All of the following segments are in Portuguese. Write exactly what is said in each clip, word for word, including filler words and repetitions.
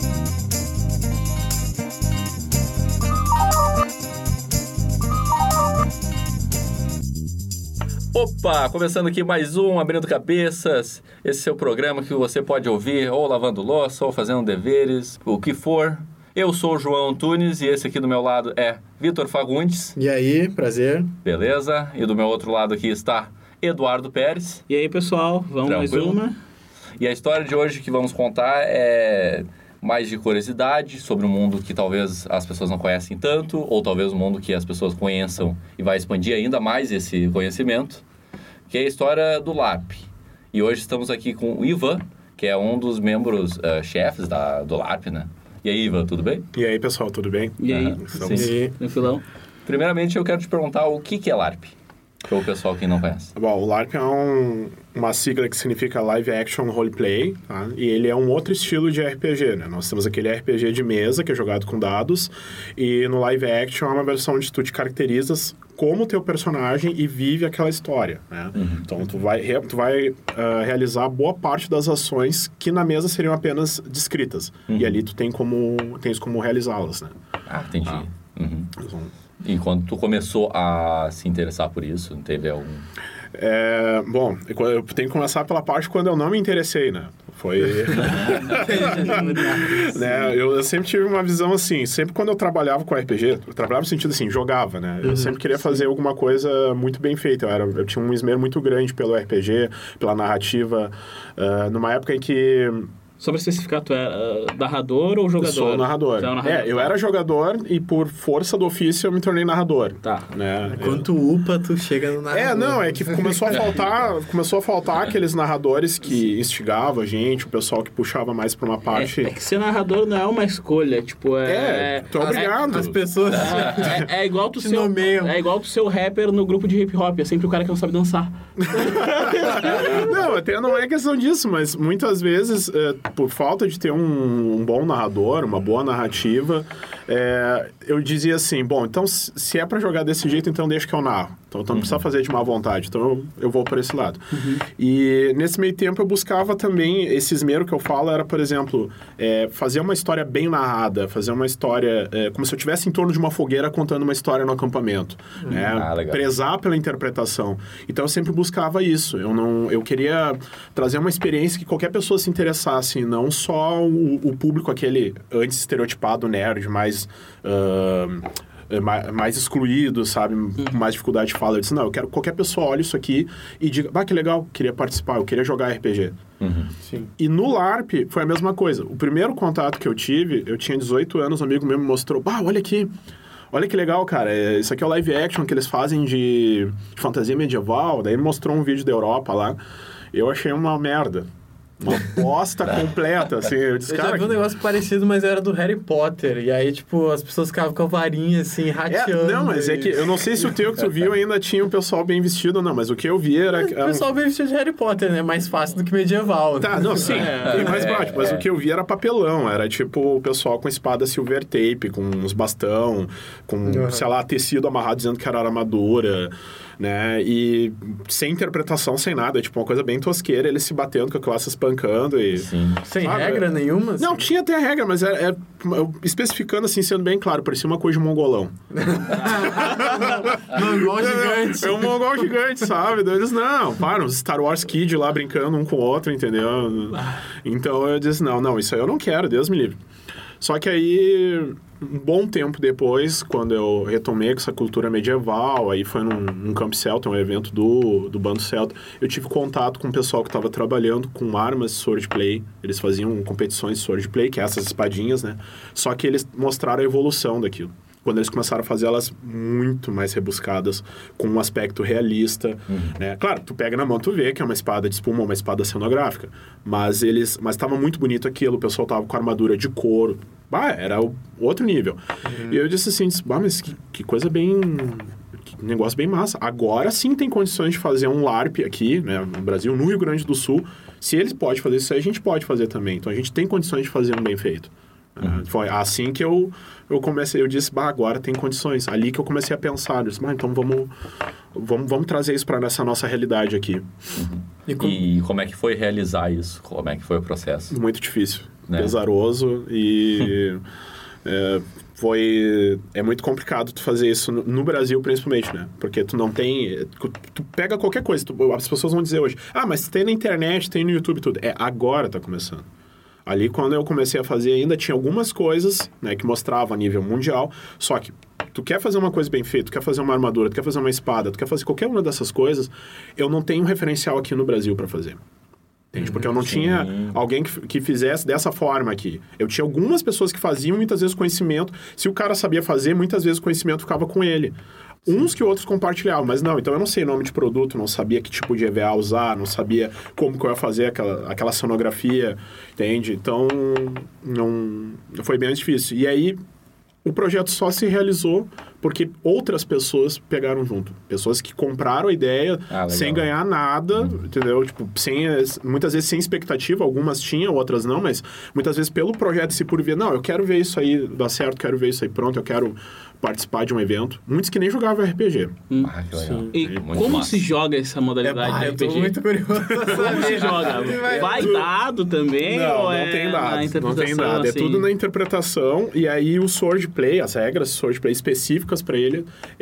Opa, começando aqui mais um Abrindo Cabeças. Esse é o programa que você pode ouvir ou lavando louça, ou fazendo deveres, o que for. Eu sou o João Antunes e esse aqui do meu lado é Vitor Fagundes. E aí, prazer. Beleza? E do meu outro lado aqui está Eduardo Pérez. E aí, pessoal, vamos Tranquilo? mais uma. E a história de hoje que vamos contar é mais de curiosidade sobre um mundo que talvez as pessoas não conhecem tanto, ou talvez um mundo que as pessoas conheçam e vai expandir ainda mais esse conhecimento, que é a história do LARP. E hoje estamos aqui com o Ivan, que é um dos membros uh, chefes da, do LARP, né? E aí, Ivan, tudo bem? E aí, pessoal, tudo bem? E aí, Estamos... sim, tranquilão. Primeiramente, eu quero te perguntar o que, que é LARP, para o pessoal que não conhece. Bom, o LARP é um, uma sigla que significa Live Action Roleplay, tá? E ele é um outro estilo de R P G, né? Nós temos aquele R P G de mesa, que é jogado com dados, e no Live Action é uma versão onde tu te caracterizas como teu personagem e vive aquela história, né? Uhum. Então, tu vai, tu vai uh, realizar boa parte das ações que na mesa seriam apenas descritas. Uhum. E ali tu tem como, tens como realizá-las, né? Ah, entendi. Ah. Uhum. E quando tu começou a se interessar por isso, teve algum... É, bom, eu tenho que começar pela parte quando eu não me interessei, né? Foi... né? eu, eu sempre tive uma visão assim, sempre quando eu trabalhava com R P G, eu trabalhava no sentido assim, jogava, né? Eu uhum, sempre queria fazer sim. alguma coisa muito bem feita. Eu, era, eu tinha um esmero muito grande pelo R P G, pela narrativa, uh, numa época em que... Só para especificar, tu é uh, narrador ou jogador? Eu sou narrador. É, um narrador. é, eu era jogador e por força do ofício eu me tornei narrador. Tá. Né? Quando tu upa, tu chega no narrador. É, não, é que começou a faltar, começou a faltar aqueles narradores que instigavam a gente, o pessoal que puxava mais pra uma parte... É, é que ser narrador não é uma escolha, tipo, é... É, tu é obrigado. É, as pessoas é, é, é igual tu se ser... nomeiam. É igual tu ser o rapper no grupo de hip hop, é sempre o cara que não sabe dançar. Não, até não é questão disso, mas muitas vezes, é, por falta de ter um, um bom narrador, uma boa narrativa, é, eu dizia assim, bom, então se é pra jogar desse jeito, então deixa que eu narro. Então, então não precisa fazer de má vontade, então eu, eu vou por esse lado. Uhum. E nesse meio tempo eu buscava também, esse esmero que eu falo era, por exemplo, é, fazer uma história bem narrada, fazer uma história, é, como se eu estivesse em torno de uma fogueira contando uma história no acampamento. Uhum. Né? Ah, prezar pela interpretação. Então eu sempre buscava isso. Eu, não, eu queria trazer uma experiência que qualquer pessoa se interessasse, não só o, o público aquele antes estereotipado nerd, mais... Uh, mais excluído, sabe? Com mais dificuldade de fala. Eu disse, não, eu quero que qualquer pessoa olhe isso aqui e diga, ah, que legal, queria participar, eu queria jogar R P G. Uhum. Sim. E no LARP foi a mesma coisa. O primeiro contato que eu tive, eu tinha dezoito anos, um amigo meu me mostrou, bah, olha aqui, olha que legal, cara, isso aqui é o live action que eles fazem de, de fantasia medieval, daí ele mostrou um vídeo da Europa lá, eu achei uma merda. Uma bosta completa, assim. Eu, disse, eu cara, já vi um negócio parecido, mas era do Harry Potter. E aí, tipo, as pessoas ficavam com a varinha, assim, rateando. É, não, mas e... é que eu não sei se o teu que tu viu ainda tinha o pessoal bem vestido ou não, mas o que eu vi era... O pessoal bem vestido de Harry Potter, né? Mais fácil do que medieval. Tá, não, sim. É, mais é, prático, mas é. o que eu vi era papelão. Era, tipo, o pessoal com espada silver tape, com uns bastão, com, uhum. sei lá, tecido amarrado dizendo que era armadura... né? E sem interpretação, sem nada. Tipo, uma coisa bem tosqueira, eles se batendo com a classe espancando e... Sim. Sem sabe? Regra nenhuma? Assim? Não, tinha até regra, mas é, é, especificando assim, sendo bem claro, parecia uma coisa de mongolão. Mongol gigante. É um mongol gigante, sabe? Daí eles, não, para, os Star Wars Kid lá brincando um com o outro, entendeu? Então eu disse, não, não, isso aí eu não quero, Deus me livre. Só que aí, um bom tempo depois, quando eu retomei com essa cultura medieval, aí foi num, num Camp Celta, um evento do, do Bando Celta, eu tive contato com o pessoal que estava trabalhando com armas de swordplay. Eles faziam competições de swordplay, que é essas espadinhas, né? Só que eles mostraram a evolução daquilo. Quando eles começaram a fazer elas muito mais rebuscadas, com um aspecto realista, uhum. né? Claro, tu pega na mão, tu vê que é uma espada de espuma, uma espada cenográfica, mas eles, mas estava muito bonito aquilo, o pessoal tava com armadura de couro, bah, era o outro nível. Uhum. E eu disse assim, bah, mas que, que coisa bem... que negócio bem massa. Agora sim tem condições de fazer um LARP aqui, né, no Brasil, no Rio Grande do Sul. Se eles podem fazer isso aí, a gente pode fazer também. Então a gente tem condições de fazer um bem feito. Uhum. Foi assim que eu, eu comecei, eu disse, bah, agora tem condições. Ali que eu comecei a pensar, eu disse, bah, então vamos, vamos, vamos trazer isso para essa nossa realidade aqui. Uhum. E, como... e como é que foi realizar isso? Como é que foi o processo? Muito difícil. né? pesaroso e é, foi... É muito complicado tu fazer isso no, no Brasil, principalmente, né? Porque tu não tem... Tu, tu pega qualquer coisa, tu, as pessoas vão dizer hoje, ah, mas tem na internet, tem no YouTube, tudo. É, agora tá começando. Ali, quando eu comecei a fazer, ainda tinha algumas coisas, né, que mostravam a nível mundial, só que tu quer fazer uma coisa bem feita, tu quer fazer uma armadura, tu quer fazer uma espada, tu quer fazer qualquer uma dessas coisas, eu não tenho um referencial aqui no Brasil para fazer. Entende? Porque eu não Sim. tinha alguém que, que fizesse dessa forma aqui. Eu tinha algumas pessoas que faziam, muitas vezes, conhecimento. Se o cara sabia fazer, muitas vezes o conhecimento ficava com ele. Sim. Uns que outros compartilhavam, mas não. Então, eu não sei nome de produto, não sabia que tipo de E V A usar, não sabia como que eu ia fazer aquela, aquela cenografia, entende? Então, não... Foi bem difícil. E aí, o projeto só se realizou porque outras pessoas pegaram junto. Pessoas que compraram a ideia ah, sem ganhar nada, uhum. entendeu? Tipo, sem, muitas vezes sem expectativa, algumas tinham, outras não, mas muitas vezes pelo projeto se por ver, não, eu quero ver isso aí dar certo, quero ver isso aí pronto, eu quero participar de um evento. Muitos que nem jogavam R P G. Hum. Ah, que legal. E é como massa. se joga essa modalidade é, de R P G? Eu tô muito curioso. Como se joga? Vai dado também? Não, ou não é tem dado. Não tem dado. assim? É tudo na interpretação. E aí o swordplay, as regras de swordplay específicas para ele,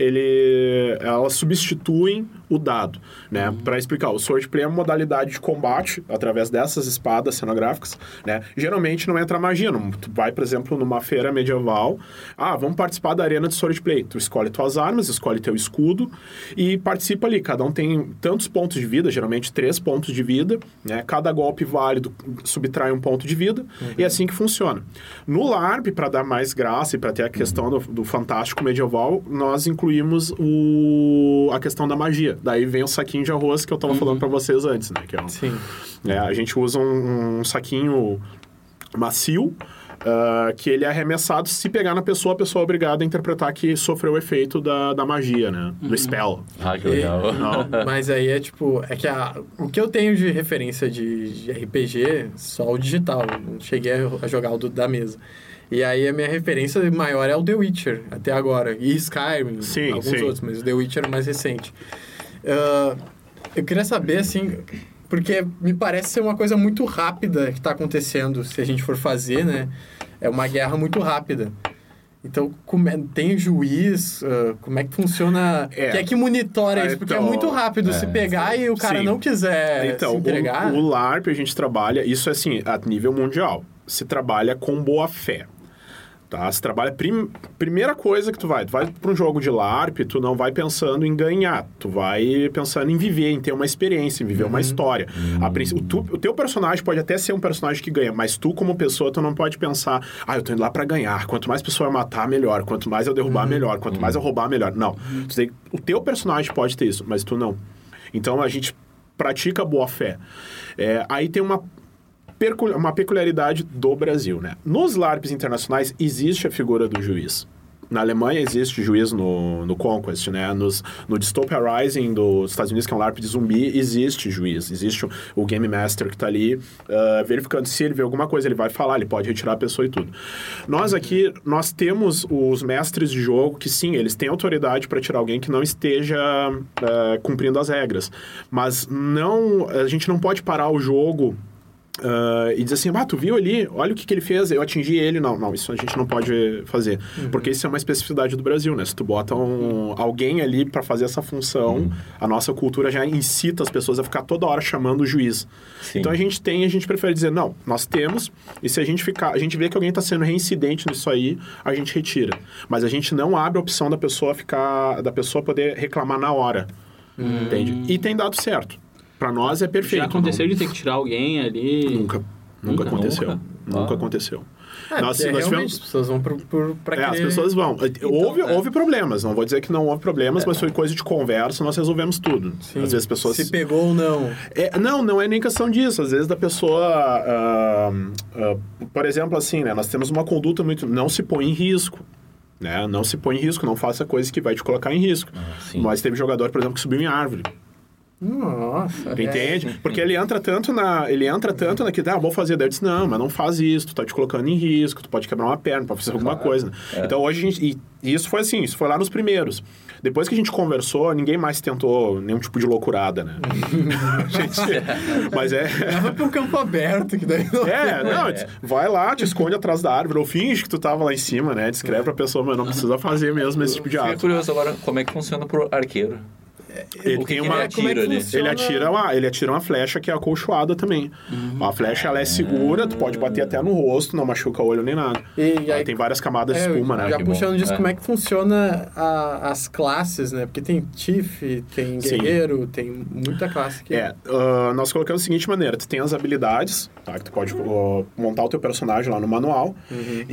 ele, elas substituem o dado, né? Uhum. Para explicar, o swordplay é uma modalidade de combate através dessas espadas cenográficas, né? Geralmente não entra magia. Não. Tu vai, por exemplo, numa feira medieval, ah, vamos participar da arena de swordplay. Tu escolhe tuas armas, escolhe teu escudo e participa ali. Cada um tem tantos pontos de vida, geralmente três pontos de vida, né? Cada golpe válido subtrai um ponto de vida, uhum. e é assim que funciona. No LARP, para dar mais graça e para ter a questão do, do fantástico medieval, nós incluímos o, a questão da magia. Daí vem o saquinho de arroz que eu estava uhum. falando para vocês antes, né? Que é um, Sim. É, a gente usa um, um saquinho macio, Uh, que ele é arremessado, se pegar na pessoa, a pessoa é obrigada a interpretar que sofreu o efeito da, da magia, né? Do uhum. spell. Ah, que legal. E, mas aí é tipo... É que a, o que eu tenho de referência de, de R P G, só o digital. Não cheguei a jogar o do, da mesa. E aí a minha referência maior é o The Witcher, até agora. E Skyrim, sim, alguns sim. outros, mas o The Witcher é mais recente. Uh, eu queria saber, assim... Porque me parece ser uma coisa muito rápida que está acontecendo, se a gente for fazer, né? É uma guerra muito rápida. Então, como é, tem juiz? Uh, como é que funciona? É. Quem é que monitora Ah, isso? Porque então, é muito rápido. é, se pegar e o cara sim. não quiser então, se entregar... O, o LARP a gente trabalha, isso é assim, a nível mundial. Se trabalha com boa fé. Tá? Se trabalha... Prim, primeira coisa que tu vai, tu vai para um jogo de LARP, tu não vai pensando em ganhar. Tu vai pensando em viver, em ter uma experiência, em viver uhum. uma história. Uhum. A, o, tu, o teu personagem pode até ser um personagem que ganha, mas tu, como pessoa, tu não pode pensar, ah, eu tô indo lá para ganhar. Quanto mais pessoa eu matar, melhor. Quanto mais eu derrubar, uhum. melhor. Quanto uhum. mais eu roubar, melhor. Não. Uhum. Tu tem, o teu personagem pode ter isso, mas tu não. Então, a gente pratica boa fé. É, aí tem uma... uma peculiaridade do Brasil, né? Nos LARPs internacionais existe a figura do juiz. Na Alemanha existe juiz no, no Conquest, né? Nos, no Dystopia Rising dos Estados Unidos, que é um LARP de zumbi, existe juiz. Existe o, o Game Master que tá ali uh, verificando se ele vê alguma coisa, ele vai falar, ele pode retirar a pessoa e tudo. Nós aqui, nós temos os mestres de jogo que sim, eles têm autoridade para tirar alguém que não esteja uh, cumprindo as regras. Mas não, a gente não pode parar o jogo... Uh, e diz assim, ah, tu viu ali? Olha o que, que ele fez, eu atingi ele. Não, não, isso a gente não pode fazer. Uhum. Porque isso é uma especificidade do Brasil, né? Se tu bota um, alguém ali para fazer essa função, uhum. a nossa cultura já incita as pessoas a ficar toda hora chamando o juiz. Sim. Então a gente tem, a gente prefere dizer, não, nós temos, e se a gente ficar, a gente vê que alguém está sendo reincidente nisso aí, a gente retira. Mas a gente não abre a opção da pessoa ficar, da pessoa poder reclamar na hora. Uhum. Entende? E tem dado certo. Pra nós é perfeito. Já aconteceu não... de ter que tirar alguém ali? Nunca. Nunca, nunca aconteceu. Nunca, nunca ah. aconteceu. É, nós, é, nós realmente, tivemos... as pessoas vão por, por, pra É, querer... as pessoas vão. Então, houve, é. houve problemas, não vou dizer que não houve problemas, é. mas foi coisa de conversa, nós resolvemos tudo. Sim. Às vezes pessoas... Se pegou ou não. É, não, não é nem questão disso. Às vezes da pessoa... Uh, uh, por exemplo, assim, né? Nós temos uma conduta muito... Não se põe em risco. Né? Não se põe em risco, não faça coisas que vai te colocar em risco. Ah, mas teve jogador, por exemplo, que subiu em árvore. Nossa. Entende? É. Porque ele entra tanto na... Ele entra tanto na que... Ah, vou fazer. Daí eu disse, não, mas não faz isso. Tu tá te colocando em risco. Tu pode quebrar uma perna, pode fazer alguma claro. coisa. Né? É. Então, hoje a gente... E, e isso foi assim. Isso foi lá nos primeiros. Depois que a gente conversou, ninguém mais tentou nenhum tipo de loucurada, né? gente, mas é... Leva pra um campo aberto, que daí não... É, não, é. vai lá, te esconde atrás da árvore, ou finge que tu tava lá em cima, né? Descreve pra pessoa, mas não precisa fazer mesmo esse tipo de Fiquei ato. curioso agora, como é que funciona pro arqueiro? Ele O que tem que uma... ele atira ali? Ele atira, uma, ele atira uma flecha que é acolchoada também. Uhum. A flecha, ela é segura, tu pode bater até no rosto, não machuca o olho nem nada. E aí, tem várias camadas é, de espuma, né? Já que puxando bom. disso, É. como é que funciona a, as classes, né? Porque tem Tiff, tem Sim. Guerreiro, tem muita classe que... É, uh, nós colocamos da seguinte maneira, tu tem as habilidades, tá? Que tu pode uh, montar o teu personagem lá no manual. Uhum.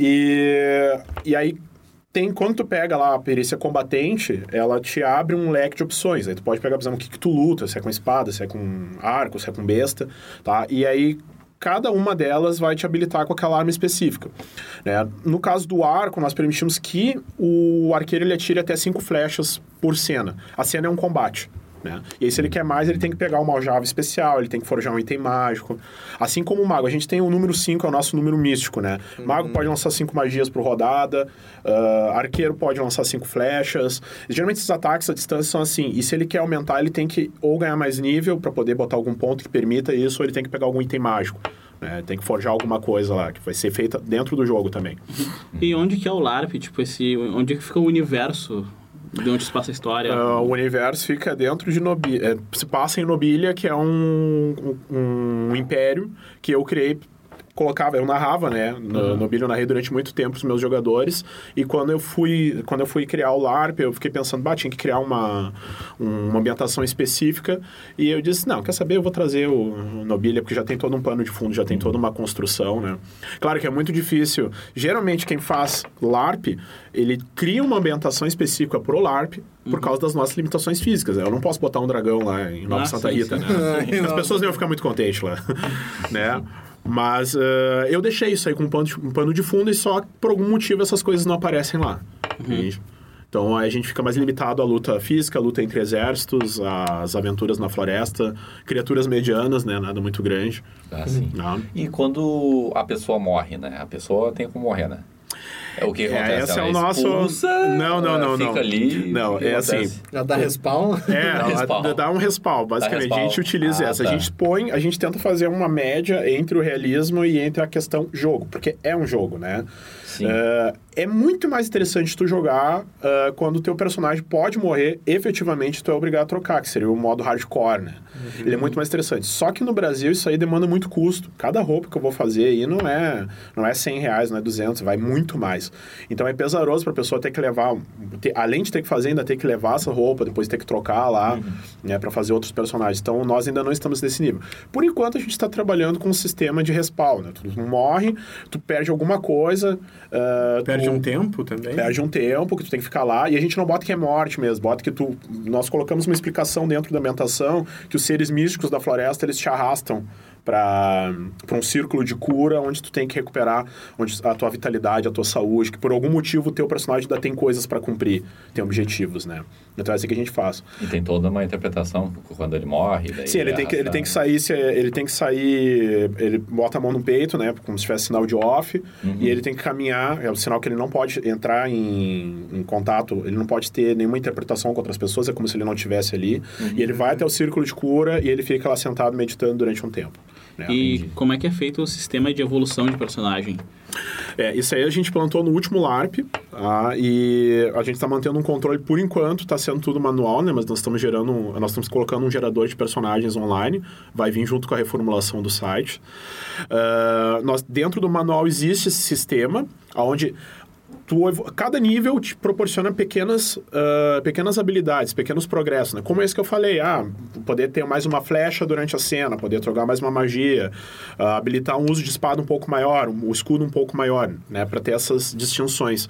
E, e aí... Tem, quando tu pega lá a perícia combatente, ela te abre um leque de opções. Aí tu pode pegar, por exemplo, o que, que tu luta, se é com espada, se é com arco, se é com besta, tá? E aí, cada uma delas vai te habilitar com aquela arma específica, né? No caso do arco, nós permitimos que o arqueiro ele atire até cinco flechas por cena. A cena é um combate. Né? E aí, se ele quer mais, ele tem que pegar uma aljava especial, ele tem que forjar um item mágico. Assim como o mago, a gente tem o número cinco, é o nosso número místico, né? Uhum. Mago pode lançar cinco magias por rodada, uh, arqueiro pode lançar cinco flechas. E, geralmente, esses ataques à distância são assim. E se ele quer aumentar, ele tem que ou ganhar mais nível para poder botar algum ponto que permita isso, ou ele tem que pegar algum item mágico. Né? Tem que forjar alguma coisa lá, que vai ser feita dentro do jogo também. E onde que é o LARP? Tipo, esse, onde que fica o universo? De onde se passa a história? Uh, o universo fica dentro de Nobilha. É, se passa em Nobilha, que é um, um, um império que eu criei. Colocava, eu narrava, né? No, uhum. Nobilha eu narrei durante muito tempo os meus jogadores. E quando eu fui, quando eu fui criar o LARP, eu fiquei pensando, bah, tinha que criar uma, uma ambientação específica. E eu disse, não, quer saber? Eu vou trazer o Nobilha, porque já tem todo um pano de fundo, já tem toda uma construção, né? Claro que é muito difícil. Geralmente, quem faz LARP, ele cria uma ambientação específica pro LARP, por uhum. causa das nossas limitações físicas. Eu não posso botar um dragão lá em Nova ah, Santa sim, Rita, sim. né? As pessoas não iam ficar muito contentes lá, né? Mas uh, eu deixei isso aí com um pano, de, um pano de fundo e só por algum motivo essas coisas não aparecem lá. Uhum. Então aí a gente fica mais limitado à luta física, à luta entre exércitos, às aventuras na floresta, criaturas medianas, né? Nada muito grande. Ah, sim. Não. E quando a pessoa morre, né? A pessoa tem como morrer, né? É o que acontece? É, esse ela é o nosso... expulsa, não, não, não, fica não. ali... Não, é assim... Já dá respawn? É, dá, respawn. dá um respawn. Basicamente, respawn. A gente utiliza ah, essa. Tá. A gente põe... A gente tenta fazer uma média entre o realismo e entre a questão jogo. Porque é um jogo, né? Sim. Uh, é muito mais interessante tu jogar uh, quando o teu personagem pode morrer, efetivamente tu é obrigado a trocar, que seria o modo hardcore, né? Uhum. Ele é muito mais interessante. Só que no Brasil isso aí demanda muito custo. Cada roupa que eu vou fazer aí não é, não é cem reais, não é duzentos, vai muito mais. Então é pesaroso pra pessoa ter que levar, ter, além de ter que fazer, ainda ter que levar essa roupa, depois ter que trocar lá, uhum. né, pra fazer outros personagens. Então nós ainda não estamos nesse nível. Por enquanto a gente tá trabalhando com um sistema de respawn, né? Tu morre, tu perde alguma coisa... Uh, perde tu, um tempo também? Perde um tempo que tu tem que ficar lá. E a gente não bota que é morte mesmo. Bota que tu... Nós colocamos uma explicação dentro da ambientação que os seres místicos da floresta, eles te arrastam para um círculo de cura onde tu tem que recuperar onde a tua vitalidade, a tua saúde, que por algum motivo o teu personagem ainda tem coisas para cumprir, tem objetivos, né? Então é assim que a gente faz. E tem toda uma interpretação quando ele morre. Daí Sim, ele tem, que, ele tem que sair, ele tem que sair, ele bota a mão no peito, né? Como se tivesse sinal de off, uhum. e ele tem que caminhar, é o sinal que ele não pode entrar em, em contato, ele não pode ter nenhuma interpretação com outras pessoas, é como se ele não estivesse ali, uhum. e ele vai até o círculo de cura e ele fica lá sentado meditando durante um tempo. É, e entendi. Como é que é feito o sistema de evolução de personagem? É, isso aí a gente plantou no último LARP, tá? E a gente está mantendo um controle por enquanto, está sendo tudo manual, né? Mas nós estamos gerando, nós estamos colocando um gerador de personagens online, vai vir junto com a reformulação do site. Uh, nós, dentro do manual existe esse sistema, onde tu, cada nível te proporciona pequenas, uh, pequenas habilidades, pequenos progressos, né? Como esse que eu falei, ah, poder ter mais uma flecha durante a cena, poder trocar mais uma magia, uh, habilitar um uso de espada um pouco maior, um, o escudo um pouco maior, né? Para ter essas distinções.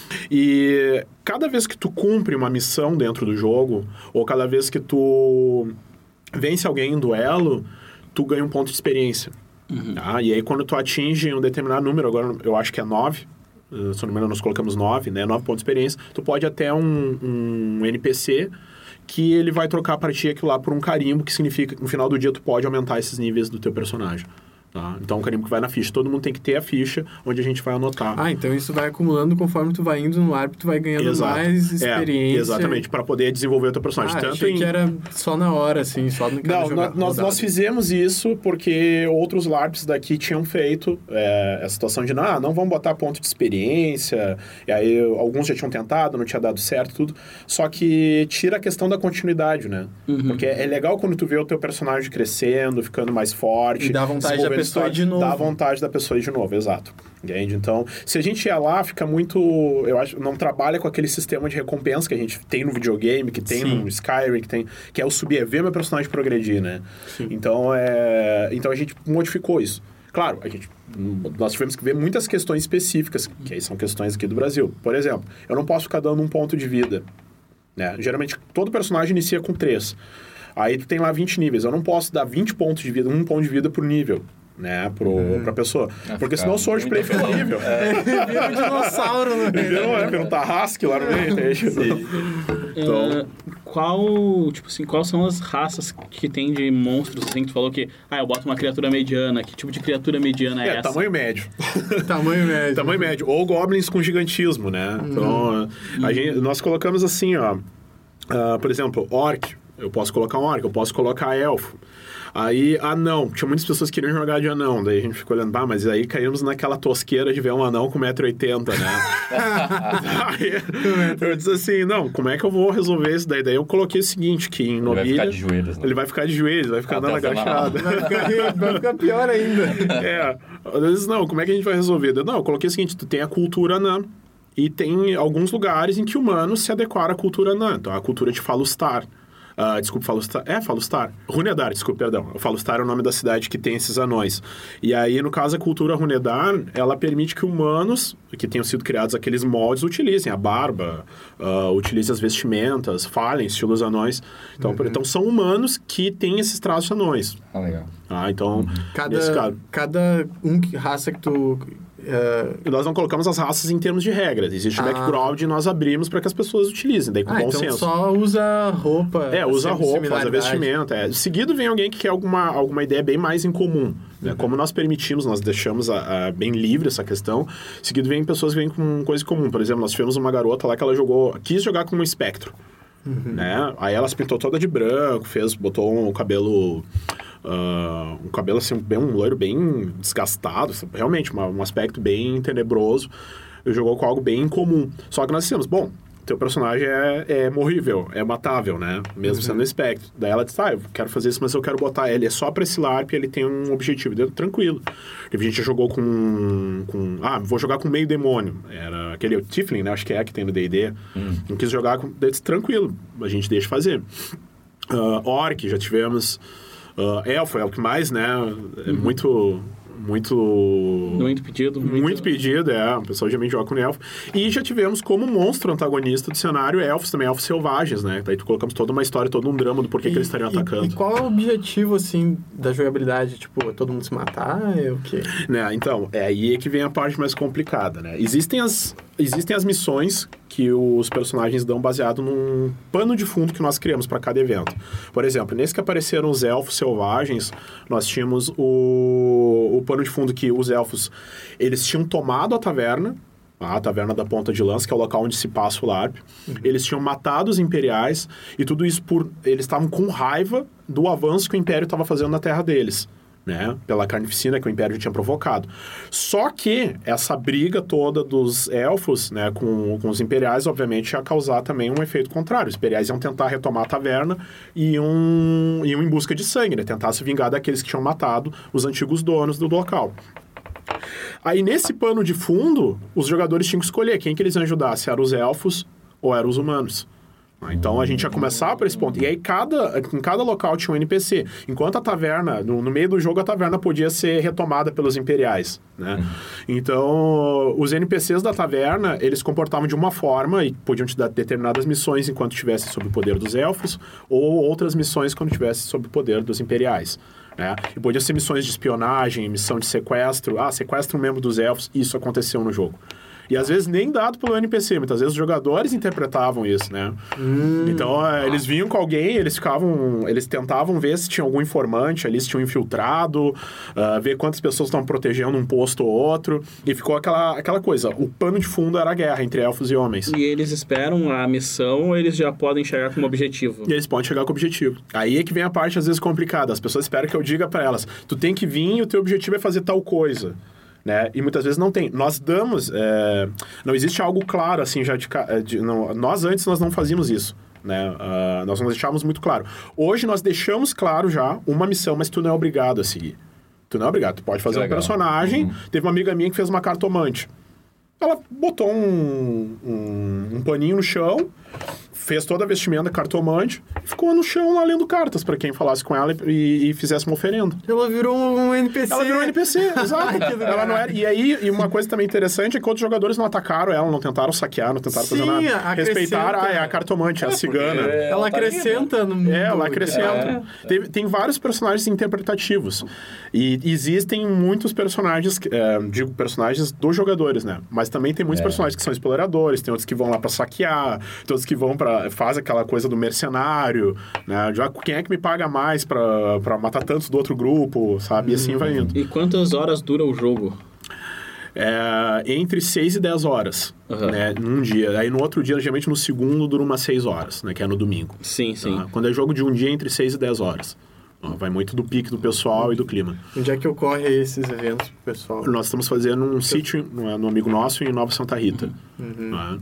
E cada vez que tu cumpre uma missão dentro do jogo, ou cada vez que tu vence alguém em duelo, tu ganha um ponto de experiência. Uhum. Tá? E aí quando tu atinge um determinado número, agora eu acho que é nove, Uh, se não me engano, nós colocamos nove, né? Nove pontos de experiência. Tu pode até um, um N P C que ele vai trocar para ti aquilo lá por um carimbo, que significa que no final do dia tu pode aumentar esses níveis do teu personagem. Tá? Então, um carimbo que vai na ficha. Todo mundo tem que ter a ficha onde a gente vai anotar. Ah, então isso vai acumulando conforme tu vai indo no LARP, tu vai ganhando Exato. mais experiência. É, exatamente, para poder desenvolver o teu personagem. Ah, Tanto achei em... que era só na hora, assim, só no Não, nós, nós, nós fizemos isso porque outros LARPs daqui tinham feito é, a situação de, ah, não vamos botar ponto de experiência, e aí alguns já tinham tentado, não tinha dado certo, tudo. Só que tira a questão da continuidade, né? Uhum. Porque é legal quando tu vê o teu personagem crescendo, ficando mais forte. E dá vontade da pessoa ir de novo. Dá vontade da pessoa ir de novo, exato. Entende? Então, se a gente ia lá, fica muito... Eu acho não trabalha com aquele sistema de recompensa que a gente tem no videogame, que tem Sim. no Skyrim, que tem... Que é o subir, é ver meu personagem progredir, né? Sim. Então, é... Então, a gente modificou isso. Claro, a gente... Nós tivemos que ver muitas questões específicas, que aí são questões aqui do Brasil. Por exemplo, eu não posso ficar dando um ponto de vida, né? Geralmente, todo personagem inicia com três. Aí, tu tem lá vinte níveis. Eu não posso dar vinte pontos de vida, um ponto de vida por nível. Né, pro, hum. pra pessoa. É Porque senão o sword play fica horrível. É. Vira um dinossauro no meio. Não, é, vira um tarrasque lá no meio. Então... É, qual, tipo assim, quais são as raças que tem de monstros, assim, que tu falou que, ah, eu boto uma criatura mediana, que tipo de criatura mediana é, é essa? Tamanho médio. tamanho médio. Tamanho médio. Ou goblins com gigantismo, né? Hum. Então, a hum. gente, nós colocamos assim, ó, uh, por exemplo, orc. Eu posso colocar um orc, eu posso colocar elfo. Aí, anão. Tinha muitas pessoas que queriam jogar de anão. Daí a gente ficou olhando, ah, mas aí caímos naquela tosqueira de ver um anão com um metro e oitenta, né? Aí eu disse assim, não, como é que eu vou resolver isso daí? Daí eu coloquei o seguinte, que em nobilha... Ele vai ficar de joelhos, né? Ele vai ficar de joelhos, vai ficar andando agachado. Vai ficar, vai ficar pior ainda. É. Às vezes, não, como é que a gente vai resolver? Não, eu coloquei o seguinte, tu tem a cultura anã. E tem alguns lugares em que humanos se adequaram à cultura anã. Então, a cultura de Falustar. Uh, desculpa, Falustar. É, Falustar. Runedar, desculpa, perdão. Falustar é o nome da cidade que tem esses anões. E aí, no caso, a cultura Runedar, ela permite que humanos, que tenham sido criados aqueles moldes, utilizem a barba, uh, utilizem as vestimentas, falem estilos anões. Então, uhum. então, são humanos que têm esses traços anões. Ah, legal. Ah, então, uhum. cada, nesse caso... Cada um raça que tu... Uh... Nós não colocamos as raças em termos de regras. Existe o ah. background e nós abrimos para que as pessoas utilizem, daí com ah, bom então senso. só usa roupa. É, usa roupa, faz a vestimenta. É. Seguido vem alguém que quer alguma, alguma ideia bem mais em comum. Né? Uhum. Como nós permitimos, nós deixamos a, a bem livre essa questão. Seguido vem pessoas que vêm com coisa em comum. Por exemplo, nós tivemos uma garota lá que ela jogou, quis jogar com um espectro. Uhum. Né? Aí ela se pintou toda de branco, fez, botou um cabelo... Uh, um cabelo assim, bem, um loiro bem desgastado, realmente uma, um aspecto bem tenebroso. Ele jogou com algo bem incomum. Só que nós dissemos, bom, teu personagem é, é morrível, é matável, né? Mesmo uhum. sendo espectro. Daí ela disse, ah, eu quero fazer isso, mas eu quero botar ele é só pra esse LARP, ele tem um objetivo. Deu tranquilo. A gente já jogou com, com... Ah, vou jogar com meio demônio. Era aquele Tiflin, né? Acho que é que tem no D e D. Uhum. Não quis jogar com... Daí disse, tranquilo, a gente deixa fazer. Uh, Orc, já tivemos... Uh, elfo é o que mais, né? É uhum. muito... Muito... Muito pedido. Muito, muito pedido, é. O pessoal geralmente joga com elfo. E já tivemos como monstro antagonista do cenário elfos também, elfos selvagens, né? Daí tu colocamos toda uma história, todo um drama do porquê e, que eles estariam e, atacando. E qual é o objetivo, assim, da jogabilidade? Tipo, todo mundo se matar? É o quê? Né? Então, é aí que vem a parte mais complicada, né? Existem as, existem as missões que os personagens dão baseado num pano de fundo que nós criamos para cada evento. Por exemplo, nesse que apareceram os elfos selvagens, nós tínhamos o, o pano de fundo que os elfos, eles tinham tomado a taverna, a taverna da Ponta de Lança, que é o local onde se passa o LARP. Uhum. Eles tinham matado os imperiais e tudo isso por... Eles estavam com raiva do avanço que o Império estava fazendo na terra deles. Né? Pela carnificina que o Império já tinha provocado. Só que essa briga toda dos elfos, né, com, com os imperiais, obviamente, ia causar também um efeito contrário. Os imperiais iam tentar retomar a taverna e iam, iam em busca de sangue, né? Tentar se vingar daqueles que tinham matado os antigos donos do local. Aí, nesse pano de fundo, os jogadores tinham que escolher quem que eles iam ajudar, se eram os elfos ou eram os humanos. Então, a gente ia começar por esse ponto. E aí, cada, em cada local tinha um N P C. Enquanto a taverna, no, no meio do jogo, a taverna podia ser retomada pelos imperiais, né? Uhum. Então, os N P Cs da taverna, eles se comportavam de uma forma e podiam te dar determinadas missões enquanto estivesse sob o poder dos elfos, ou outras missões quando estivesse sob o poder dos imperiais. Né? E podia ser missões de espionagem, missão de sequestro. Ah, sequestra um membro dos elfos. Isso aconteceu no jogo. E às vezes nem dado pelo N P C, muitas vezes os jogadores interpretavam isso, né? Hum. Então, é, eles vinham com alguém, eles ficavam... Eles tentavam ver se tinha algum informante ali, se tinha um infiltrado, uh, ver quantas pessoas estavam protegendo um posto ou outro. E ficou aquela, aquela coisa. O pano de fundo era a guerra entre elfos e homens. E eles esperam a missão ou eles já podem chegar como objetivo? E eles podem chegar com o objetivo. Aí é que vem a parte, às vezes, complicada. As pessoas esperam que eu diga pra elas, tu tem que vir e o teu objetivo é fazer tal coisa. Né? E muitas vezes não tem. Nós damos... É... Não existe algo claro, assim, já de... de... Não... Nós, antes, nós não fazíamos isso. Né? Uh, nós não deixávamos muito claro. Hoje, nós deixamos claro já uma missão, mas tu não é obrigado a seguir. Tu não é obrigado. Tu pode fazer um personagem. Uhum. Teve uma amiga minha que fez uma cartomante. Ela botou um, um, um paninho no chão, fez toda a vestimenta cartomante, e ficou no chão lá lendo cartas pra quem falasse com ela e, e fizesse uma oferenda. Ela virou um N P C. Ela virou um N P C, exato. Ela não era... E aí, e uma coisa também interessante é que outros jogadores não atacaram ela, não tentaram saquear, não tentaram Sim, fazer nada. Respeitaram, ah, é a cartomante, é a cigana. Ela, ela acrescenta no mundo. É, ela acrescenta. É. Tem, tem vários personagens interpretativos. E existem muitos personagens, é, digo, personagens dos jogadores, né? Mas também tem muitos é. personagens que são exploradores, tem outros que vão lá pra saquear, tem outros que vão pra... faz aquela coisa do mercenário, né? Já, quem é que me paga mais pra, pra matar tantos do outro grupo, sabe? E assim hum. vai indo. E quantas horas dura o jogo? É, entre seis e dez horas, uhum. né? Num dia. Aí no outro dia, geralmente no segundo, dura umas seis horas, né? Que é no domingo. Sim, sim. Tá? Quando é jogo de um dia, entre seis e dez horas. Vai muito do pique do pessoal e do clima. Onde é que ocorre esses eventos pro pessoal? Nós estamos fazendo um sítio no, no amigo nosso em Nova Santa Rita. Uhum. Né?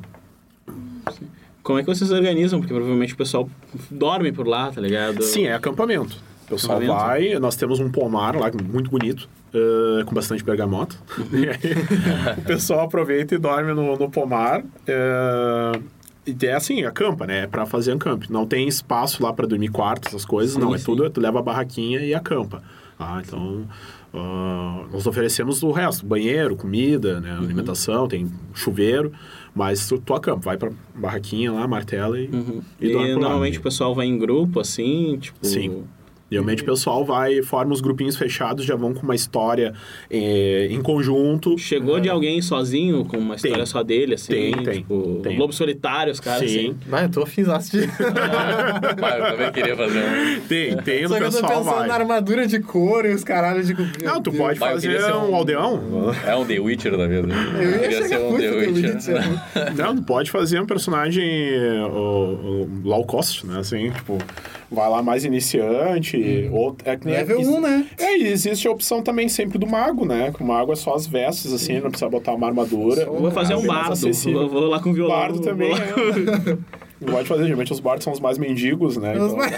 Como é que vocês organizam? Porque provavelmente o pessoal dorme por lá, tá ligado? Sim, é acampamento. O pessoal acampamento. vai, nós temos um pomar lá muito bonito, uh, com bastante bergamota. Uhum. E aí o pessoal aproveita e dorme no, no pomar. Uh, E é assim, acampa, né? É pra fazer acamp. Não tem espaço lá pra dormir quarto, essas coisas. Sim, não, é sim. tudo... Tu leva a barraquinha e acampa. Ah, então... Uh, nós oferecemos o resto. Banheiro, comida, né? Uhum. Alimentação, tem chuveiro. Mas tu, tu acampa. Vai pra barraquinha lá, martela e... Uhum. E, e normalmente lá. O pessoal vai em grupo, assim, tipo... Sim. Realmente o pessoal vai, forma os grupinhos fechados, já vão com uma história eh, em conjunto. Chegou é. de alguém sozinho, com uma história tem. só dele, assim? Tem, tem. Tipo, tem. Lobo Solitário, os caras, Sim. assim. Vai, eu tô afinzaço de... Vai, eu também queria fazer um... Tem, tem, Só no que eu tô pessoal pensando vai. na armadura de couro e os caralhos de... Não, tu pode vai, fazer um, um aldeão. É um The Witcher da vida. Eu ia queria ser um The Witcher. Witcher. Não, tu pode fazer um personagem o, o low cost, né? Assim, tipo... Vai lá mais iniciante, hum. ou... É que nem level um, né? É, e existe a opção também sempre do mago, né? Que o mago é só as vestes, assim, Sim. não precisa botar uma armadura. Eu vou fazer um bardo, vou, vou lá com o violão. Bardo também, é. Pode fazer, geralmente os bardos são os mais mendigos, né? Os então... mais...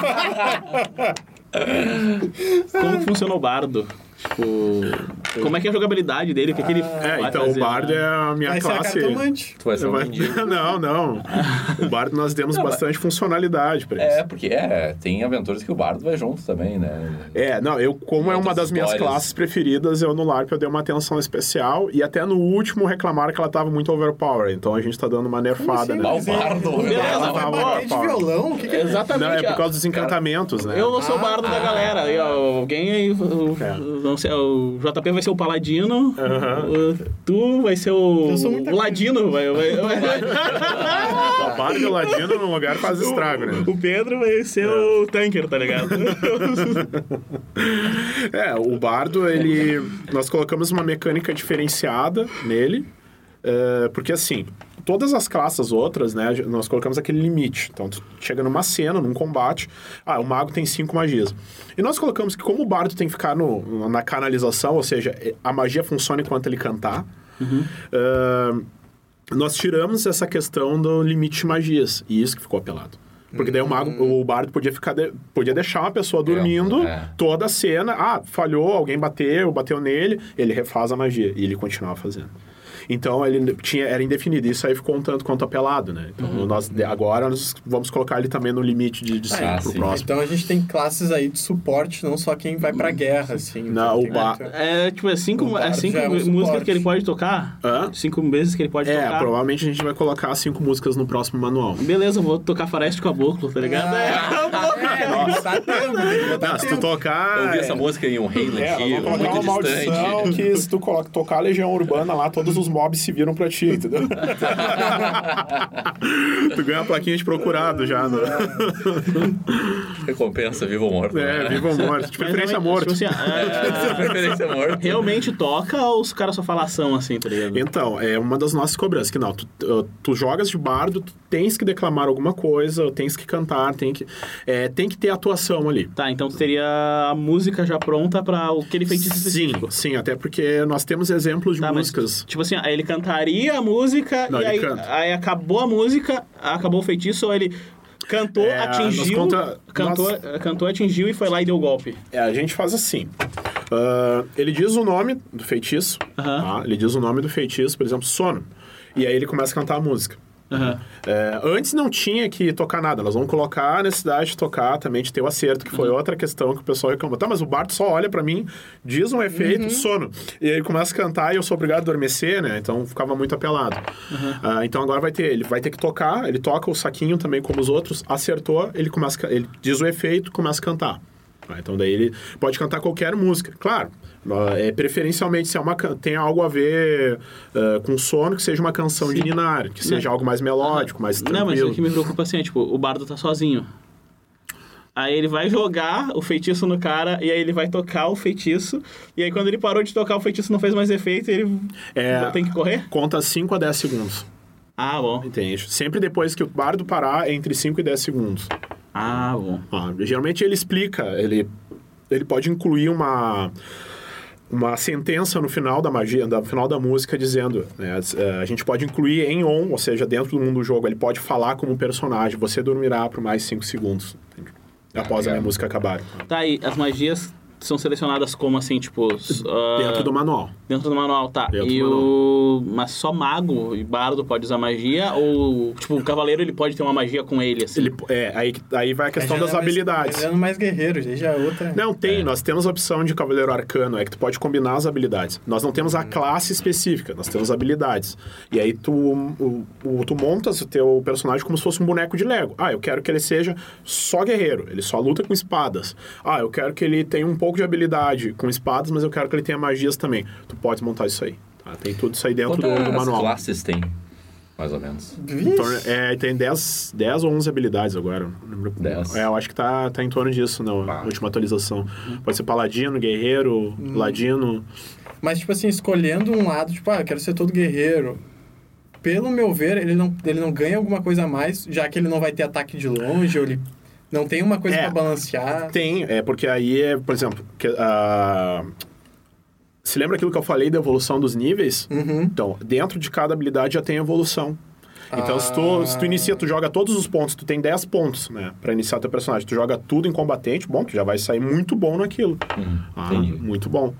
Como que funciona o bardo? Tipo, como é que é a jogabilidade dele? O que, ah, que ele É, vai então fazer, o bardo né? é a minha vai classe. Ser cartomante. Tu vai ser um mendigo. Não, não. O bardo nós demos não, bastante mas... funcionalidade pra isso. É, porque é, tem aventuras que o bardo vai junto também, né? É, não, eu, como é uma das minhas histórias. classes preferidas, eu no LARP eu dei uma atenção especial e até no último reclamaram que ela tava muito overpowered, então a gente tá dando uma nerfada, assim, né? O bardo, ela vai bater de violão? O que que é? Exatamente. Não, é por causa dos encantamentos, cara, né? Eu não sou o bardo ah, da galera. Aí, ó, alguém aí, o, é. não sei, o J P vai ser o paladino, uh-huh. o, tu vai ser o, o ladino. Vai, vai, vai. O bardo e o ladino num lugar faz estrago, né? O Pedro vai ser é. o tanker, tá ligado? É, o bardo, ele... Nós colocamos uma mecânica diferenciada nele, uh, porque assim... Todas as classes outras, né, nós colocamos aquele limite. Então, tu chega numa cena, num combate, ah, o mago tem cinco magias. E nós colocamos que como o bardo tem que ficar no, na canalização, ou seja, a magia funciona enquanto ele cantar, uhum. uh, nós tiramos essa questão do limite de magias. E isso que ficou apelado. Porque daí o mago, o bardo podia ficar de, podia deixar uma pessoa dormindo é, é. toda a cena, ah, falhou, alguém bateu, bateu nele, ele refaz a magia. E ele continuava fazendo. Então, ele tinha, era indefinido. Isso aí ficou um tanto quanto apelado, né? Então, uhum. nós, agora, nós vamos colocar ele também no limite de cinco ah, pro próximo. Então, a gente tem classes aí de suporte, não só quem vai pra guerra, assim. Não, o bar... É, tipo, é cinco, é cinco é um músicas suporte. que ele pode tocar? Hã? Cinco vezes que ele pode é, tocar? É, provavelmente a gente vai colocar cinco músicas no próximo manual. Beleza, eu vou tocar Faroeste Caboclo, tá ligado? Ah, é, Tá tendo, tem que botar Não, se tu tempo. tocar... Eu ouvi essa música em um reino É, nós antigo, vamos colocar muito uma distante. maldição que se tu coloca, tocar a Legião Urbana lá, todos os mobs se viram pra ti, entendeu? Tu ganha a plaquinha de procurado já, né? Recompensa, vivo ou morto. É, vivo ou morto. De preferência morto. Tipo assim, é, Preferência morto. realmente toca ou os caras só falam ação assim, tá ligado? Então, é uma das nossas cobranças, que não, tu, tu, tu jogas de bardo, tu tens que declamar alguma coisa, tens que cantar, tem que, é, tem que ter atuação ali. Tá, então tu teria a música já pronta pra aquele feitiço Sim, específico. sim, até porque nós temos exemplos de Tá, mas, músicas. tipo assim, aí ele cantaria a música Não, e ele aí, canta. aí acabou a música, acabou o feitiço, ou ele cantou, É, atingiu, nós conta- cantou, nós- cantou, atingiu e foi lá e deu o golpe. É, a gente faz assim. Ah, ele diz o nome do feitiço, Aham. tá? Ele diz o nome do feitiço, por exemplo, sono. E aí ele começa a cantar a música. Aham. É, antes não tinha que tocar nada, nós vamos colocar a necessidade de tocar também, de ter o acerto, que foi outra questão que o pessoal reclamou. Tá, mas o Bardo só olha pra mim, diz um efeito, sono. E aí ele começa a cantar e eu sou obrigado a adormecer, né? Então ficava muito apelado. Ah, então agora vai ter, ele vai ter que tocar, ele toca o saquinho também como os outros, acertou, ele começa, a- ele diz o efeito, começa a cantar. Ah, então daí ele pode cantar qualquer música. Claro, é, preferencialmente se é uma, can- tem algo a ver ah, com sono, que seja uma canção de ninar, que seja algo mais melódico, mais tranquilo. Não, mas o que me preocupa assim é, tipo, o bardo tá sozinho. Aí ele vai jogar o feitiço no cara, e aí ele vai tocar o feitiço, e aí quando ele parou de tocar, o feitiço não fez mais efeito, e ele É. tem que correr? Conta cinco a dez segundos, Ah, bom. entende? Sempre depois que o bardo parar, entre cinco e dez segundos. Ah, bom. Ah, geralmente ele explica, ele, ele pode incluir uma, uma sentença no final da magia, no final da música, dizendo, né, a gente pode incluir em on, ou seja, dentro do mundo do jogo, ele pode falar como um personagem, você dormirá por mais cinco segundos, entende? Após a minha música acabar. Tá, e as magias são selecionadas como assim, tipo... ah, Dentro do manual. Dentro do manual, tá. Dentro e do o... Mas só mago e bardo pode usar magia? Ou, tipo, o cavaleiro, ele pode ter uma magia com ele, assim? Ele, é, aí, aí vai a questão Já das não é mais- habilidades. já não é mais guerreiro, já é outra. Não, tem. Nós temos a opção de Cavaleiro Arcano, é que tu pode combinar as habilidades. Nós não temos a classe específica, nós temos habilidades. E aí tu, o, o- tu montas o teu personagem como se fosse um boneco de Lego. Ah, eu quero que ele seja só guerreiro, ele só luta com espadas. Ah, eu quero que ele tenha um pouco de habilidade com espadas, mas eu quero que ele tenha magias também. Tu pode montar isso aí. Tá? Tem tudo isso aí dentro do, do Quantas manual. classes tem, mais ou menos? Em torno- é, tem dez, dez ou onze habilidades agora. Não lembro. dez. É, eu acho que tá, tá em torno disso na Ah. última atualização. Pode ser paladino, guerreiro, ladino. Mas, tipo assim, escolhendo um lado, tipo, ah, eu quero ser todo guerreiro. Pelo meu ver, ele não, ele não ganha alguma coisa a mais, já que ele não vai ter ataque de longe, ou ele não tem uma coisa É. pra balancear. Tem, é porque aí é, por exemplo, que, ah, se lembra aquilo que eu falei da evolução dos níveis? Uhum. Então, dentro de cada habilidade já tem evolução. Então, se, tu, se tu inicia, tu joga todos os pontos, tu tem dez pontos, né? Pra iniciar teu personagem. Tu joga tudo em combatente, bom, tu já vai sair muito bom naquilo. Uhum, Ah, entendi. muito bom.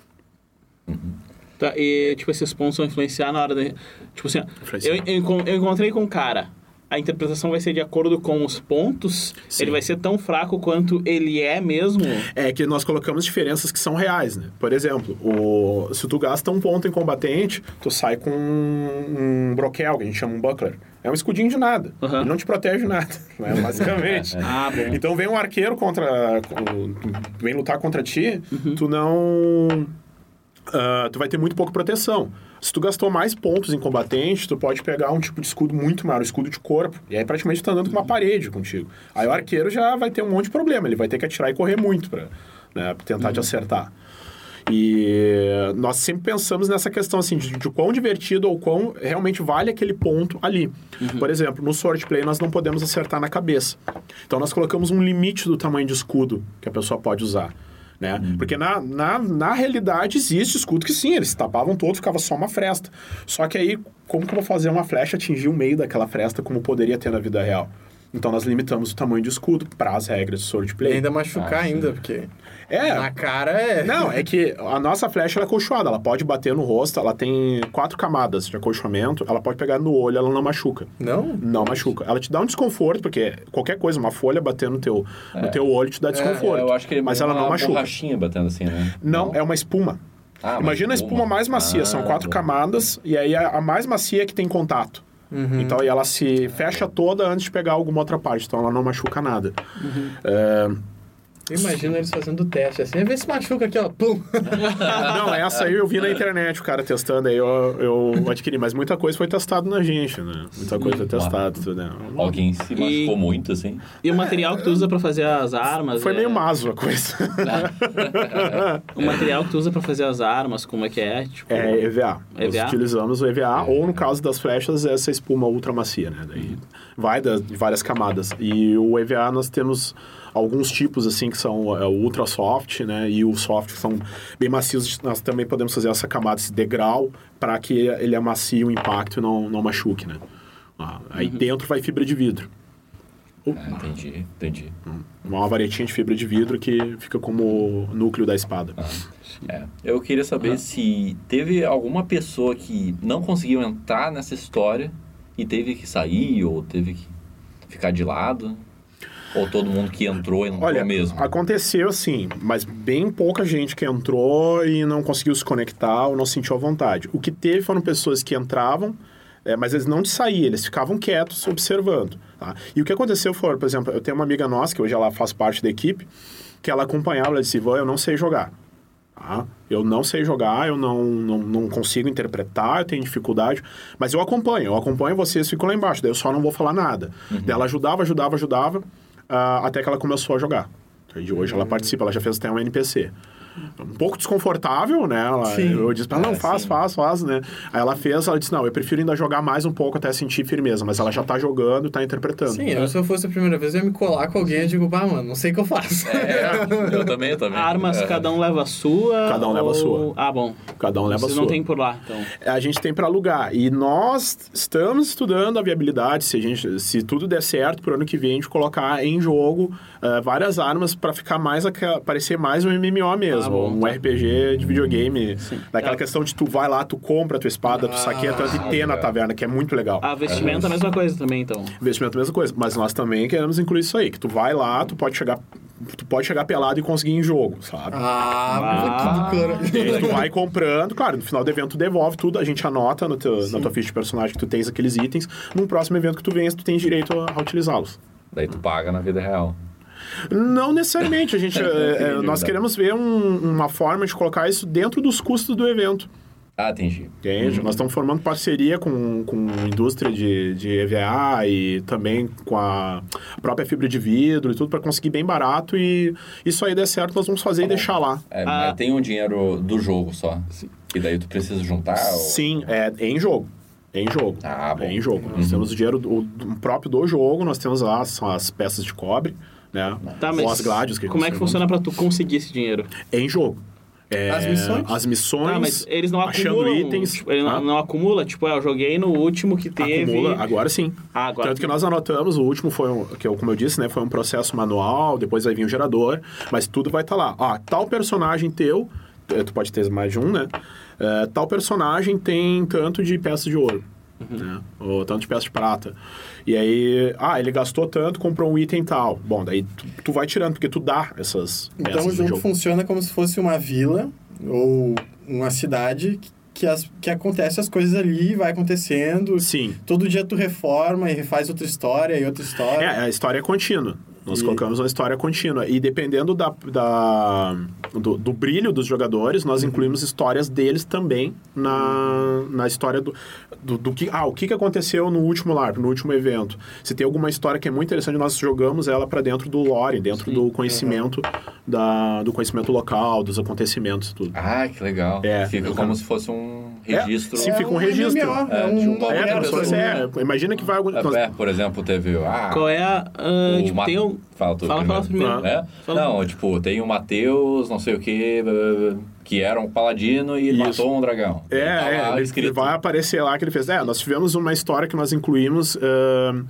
Tá, e, tipo, esses pontos vão influenciar na hora da... Tipo assim, ó, Influenciar. eu, eu, encon- eu encontrei com um cara. A interpretação vai ser de acordo com os pontos? Sim. Ele vai ser tão fraco quanto ele é mesmo? É que nós colocamos diferenças que são reais, né? Por exemplo, o, se tu gasta um ponto em combatente, tu sai com um, um broquel, que a gente chama um buckler. É um escudinho de nada. Uhum. Ele não te protege de nada, né? Basicamente. Ah, bom. Então vem um arqueiro contra... com- vem lutar contra ti, tu não... ah, tu vai ter muito pouca proteção. Se tu gastou mais pontos em combatente, tu pode pegar um tipo de escudo muito maior, um escudo de corpo. E aí praticamente tu tá andando com uma parede contigo. Aí o arqueiro já vai ter um monte de problema. Ele vai ter que atirar e correr muito pra, né, pra tentar te acertar. E nós sempre pensamos nessa questão assim, de, de quão divertido ou quão realmente vale aquele ponto ali. Por exemplo, no swordplay nós não podemos acertar na cabeça. Então nós colocamos um limite do tamanho de escudo que a pessoa pode usar. Né? Porque na, na, na realidade existe escudo que sim, eles se tapavam todo, ficava só uma fresta. Só que aí, como que eu vou fazer uma flecha atingir o meio daquela fresta como poderia ter na vida real? Então nós limitamos o tamanho de escudo para as regras de E swordplay. ainda machucar Ah, sim. ainda, porque É, na cara é... não, é que a nossa flecha ela é acolchoada, ela pode bater no rosto, ela tem quatro camadas de acolchoamento, ela pode pegar no olho, ela não machuca. Não? Não machuca. Ela te dá um desconforto, porque qualquer coisa, uma folha batendo no teu, no teu olho te dá desconforto. É, eu acho que ele mas é ela uma não machuca. borrachinha batendo assim, né? Não, é uma espuma. Ah, uma Imagina a espuma mais macia, Ah, são quatro bom. camadas, e aí a, a mais macia é que tem contato. Uhum. Então, aí ela se fecha toda antes de pegar alguma outra parte. Então, ela não machuca nada. Uhum. É... Imagina eles fazendo teste assim, vê se machuca aqui, ó, pum. Não, essa aí eu vi na internet o cara testando, aí eu, eu adquiri, mas muita coisa foi testado na gente, né? Muita coisa foi testada, tudo, né? Alguém se machucou e... muito, assim. E o material que tu usa pra fazer as armas? Foi é... meio maso a coisa. O material que tu usa pra fazer as armas, como é que é? Tipo... É E V A. E V A? Nós utilizamos o E V A, ou no caso das flechas, essa espuma ultra macia, né? Daí vai das, de várias camadas. E o E V A nós temos alguns tipos, assim, que são é, o ultra soft, né? E o soft, que são bem macios. Nós também podemos fazer essa camada, esse degrau, para que ele amacie o impacto e não, não machuque, né? Ah, aí uhum. dentro vai fibra de vidro. Uh, ah, entendi, entendi. Uma varetinha de fibra de vidro que fica como núcleo da espada. Ah, é. Eu queria saber ah. se teve alguma pessoa que não conseguiu entrar nessa história e teve que sair ou teve que ficar de lado. Ou todo mundo que entrou, entrou Olha, mesmo? Aconteceu sim, mas bem pouca gente que entrou e não conseguiu se conectar ou não sentiu a vontade. O que teve foram pessoas que entravam, é, mas eles não saíam, eles ficavam quietos observando. Tá? E o que aconteceu foi, por exemplo, eu tenho uma amiga nossa, que hoje ela faz parte da equipe, que ela acompanhava, ela disse, Ivan, eu não sei jogar. Tá? Eu não sei jogar, eu não, não, não consigo interpretar, eu tenho dificuldade, mas eu acompanho, eu acompanho vocês, fico lá embaixo, daí eu só não vou falar nada. Uhum. Daí ela ajudava, ajudava, ajudava, Uh, até que ela começou a jogar. De hoje ela participa, ela já fez até um N P C. Um pouco desconfortável, né? Ela, eu disse pra ela, não, faz, faz, faz, né? Aí ela fez, ela disse, não, eu prefiro ainda jogar mais um pouco até sentir firmeza, mas ela já tá jogando, tá interpretando. Sim, eu, se eu fosse a primeira vez, eu ia me colar com alguém e digo, ah, mano, não sei o que eu faço. É, eu também, eu também. Armas, é. cada um leva a sua? Cada um ou... leva a sua. Ah, bom. Cada um leva Vocês a sua. não tem por lá, então? A gente tem pra alugar. E nós estamos estudando a viabilidade, se, a gente, se tudo der certo, pro ano que vem, a gente colocar em jogo uh, várias armas pra ficar mais, parecer mais um M M O mesmo, ah, bom, um tá. R P G de videogame, Sim. daquela é. questão de tu vai lá, tu compra a tua espada, tu saqueia tanto e ter na taverna, que é muito legal. A vestimenta é a mesma coisa também, então. Vestimento é a mesma coisa, mas nós também queremos incluir isso aí, que tu vai lá, tu pode chegar, tu pode chegar pelado e conseguir em jogo, sabe? Ah, ah. muito cara. Tu vai comprando, claro, no final do evento tu devolve tudo, a gente anota no teu, na tua ficha de personagem que tu tens aqueles itens, num próximo evento que tu venha, tu tens direito a, a utilizá-los. Daí tu paga na vida real. Não necessariamente, a gente, é, é, nós queremos ver um, uma forma de colocar isso dentro dos custos do evento. Ah, entendi. Entende? Uhum. Nós estamos formando parceria com, com a indústria de, de E V A e também com a própria fibra de vidro e tudo para conseguir bem barato e isso aí der certo, nós vamos fazer tá e deixar lá. É, ah. Mas tem o dinheiro do jogo só. Sim. E daí tu precisa juntar? Sim, ou... é em jogo. Em jogo. Ah, bom. É em jogo. Uhum. Nós temos o dinheiro do, do próprio do jogo, nós temos lá as, as peças de cobre, né? Tá, mas as gládios que como é que funciona para tu conseguir esse dinheiro? É em jogo. É, as missões? As missões. Ah, mas eles não achando acumulam itens. Tipo, ele ah. não, não acumula? Tipo, eu joguei no último que teve... Acumula, agora sim. Ah, agora Tanto que nós anotamos, o último foi, um, que eu, como eu disse, né, foi um processo manual, depois vai vir o gerador, mas tudo vai estar tá lá. Ó, tal personagem teu, tu pode ter mais de um, né? É, tal personagem tem tanto de peças de ouro. Uhum. Né? Ou tanto de peça de prata. E aí, ah, ele gastou tanto, comprou um item tal. Bom, daí tu, tu vai tirando, porque tu dá essas então, peças o jogo, jogo funciona como se fosse uma vila ou uma cidade que, as, que acontece as coisas ali, vai acontecendo. Sim. Todo dia tu reforma e refaz outra história e outra história. É, a história é contínua. Nós e... colocamos uma história contínua. E dependendo da, da, do, do brilho dos jogadores, nós uhum. incluímos histórias deles também na, na história do, do, do que... Ah, o que aconteceu no último LARP, no último evento. Se tem alguma história que é muito interessante, nós jogamos ela para dentro do lore, dentro Sim. do conhecimento uhum. da, do conhecimento local, dos acontecimentos, tudo. Ah, que legal. É, fica como se fosse um registro. É, sim, fica um, um registro. M M O, é, um, um é, é, fosse, é, imagina que vai... É, por exemplo, teve... Ah, qual é a... Uh, tipo, tem um... Fala tu fala, primeiro. Fala primeiro. É? Fala não, primeiro. tipo, tem o Matheus, não sei o que, que era um paladino e ele Isso. matou um dragão. É, tá é, ele, ele vai aparecer lá que ele fez. É, nós tivemos uma história que nós incluímos... Uh,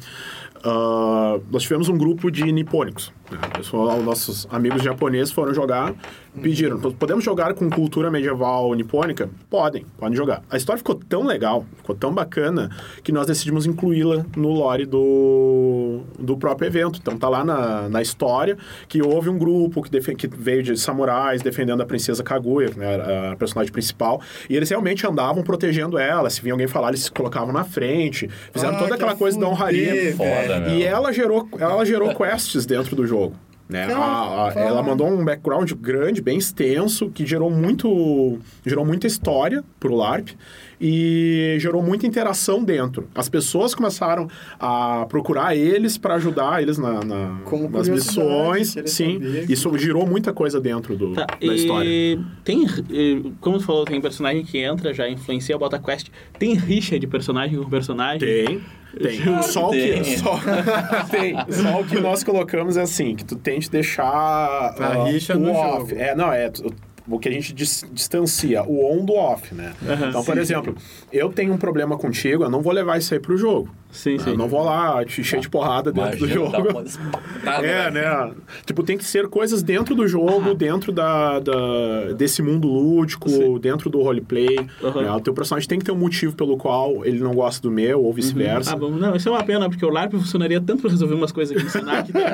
uh, nós tivemos um grupo de nipônicos. Né? Pessoal, nossos amigos japoneses foram jogar Pediram, podemos jogar com cultura medieval nipônica? Podem, podem jogar. A história ficou tão legal, ficou tão bacana, que nós decidimos incluí-la no lore do, do próprio evento. Então tá lá na, na história que houve um grupo que, defe, que veio de samurais defendendo a princesa Kaguya, né, a personagem principal, e eles realmente andavam protegendo ela. Se vinha alguém falar, eles se colocavam na frente, fizeram ah, toda aquela coisa da honraria. Foda, e ela gerou, ela gerou quests dentro do jogo. Né? A, a, ela mandou um background grande, bem extenso, que gerou muito gerou muita história pro LARP e gerou muita interação dentro. As pessoas começaram a procurar eles para ajudar eles na, na, nas missões. Sim, isso gerou muita coisa dentro do, tá, da história. Tem, como tu falou, tem personagem que entra, já influencia, bota quest. Tem rixa de personagem com personagem? Tem. Tem. Só o, que, só, tem. Só o que nós colocamos é assim, que tu tente deixar a uh, rixa no off. Jogo. É, não, é o que a gente dis, distancia, o on do off, né? Uhum, então, por sim, exemplo, sim. eu tenho um problema contigo, eu não vou levar isso aí pro jogo. Sim, sim. Eu não vou lá te encher de porrada dentro Imagina, do jogo. Uma... é, né? Tipo, tem que ser coisas dentro do jogo, uhum. dentro da, da, desse mundo lúdico, sim. dentro do roleplay. Uhum. Né? O teu personagem tem que ter um motivo pelo qual ele não gosta do meu, ou vice-versa. Uhum. Ah, bom. Não, isso é uma pena, porque o LARP funcionaria tanto pra resolver umas coisas aqui no Senac. Tá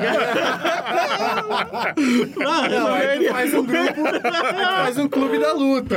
não, não, aí tu faz um grupo, aí tu faz um clube da luta.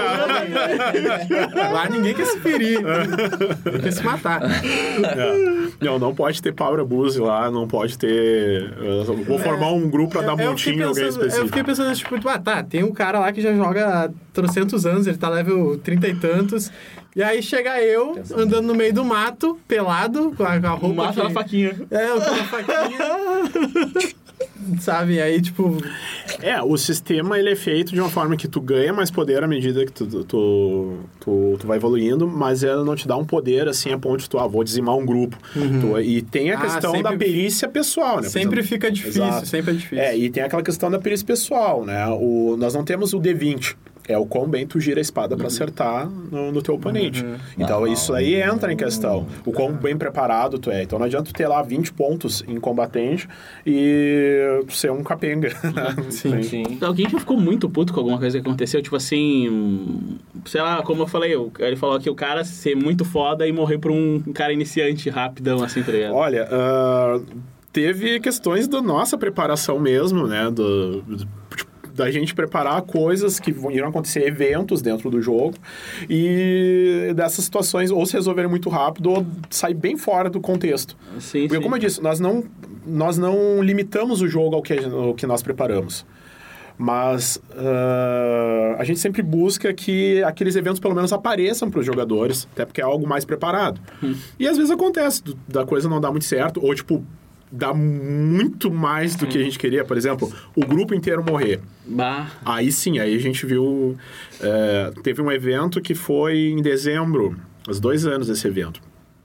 É. Lá ninguém quer se ferir, ninguém quer se matar. É. Não, não pode ter power abuse lá, não pode ter... Uh, vou formar um grupo pra dar montinho em alguém específico. Eu fiquei pensando, tipo, ah, tá, tem um cara lá que já joga há trocentos anos, ele tá level trinta e tantos, e aí chega eu, andando no meio do mato, pelado, com a, com a roupa... O mato na faquinha. É, com a faquinha... Sabe, aí tipo... É, o sistema ele é feito de uma forma que tu ganha mais poder à medida que tu, tu, tu, tu vai evoluindo, mas ela não te dá um poder assim a ponto de tu, ah, vou dizimar um grupo. Uhum. Tu, e tem a questão ah, sempre, da perícia pessoal, né? Sempre fica difícil, Exato. sempre é difícil. É, e tem aquela questão da perícia pessoal, né? O, nós não temos o D vinte. É o quão bem tu gira a espada uhum. para acertar no, no teu oponente. Uhum. Então, ah, isso aí entra em questão. O quão bem preparado tu é. Então, não adianta tu ter lá vinte pontos em combatente e ser um capenga. Sim, sim. Alguém já ficou muito puto com alguma coisa que aconteceu? Tipo assim, sei lá, como eu falei, ele falou que o cara ser muito foda e morrer por um cara iniciante rapidão, assim, tá ligado? Olha, uh, teve questões da nossa preparação mesmo, né? Do... do da gente preparar coisas que irão acontecer, eventos dentro do jogo, e dessas situações ou se resolverem muito rápido ou sair bem fora do contexto. Sim, Porque, sim. como eu disse, nós não, nós não limitamos o jogo ao que, ao que nós preparamos. Mas uh, a gente sempre busca que aqueles eventos pelo menos apareçam para os jogadores, até porque é algo mais preparado. Hum. E às vezes acontece da coisa não dar muito certo, ou tipo... dá muito mais do que a gente queria. Por exemplo, o grupo inteiro morrer. Bah. Aí sim, aí a gente viu... É, teve um evento que foi em dezembro, uns dois anos esse evento.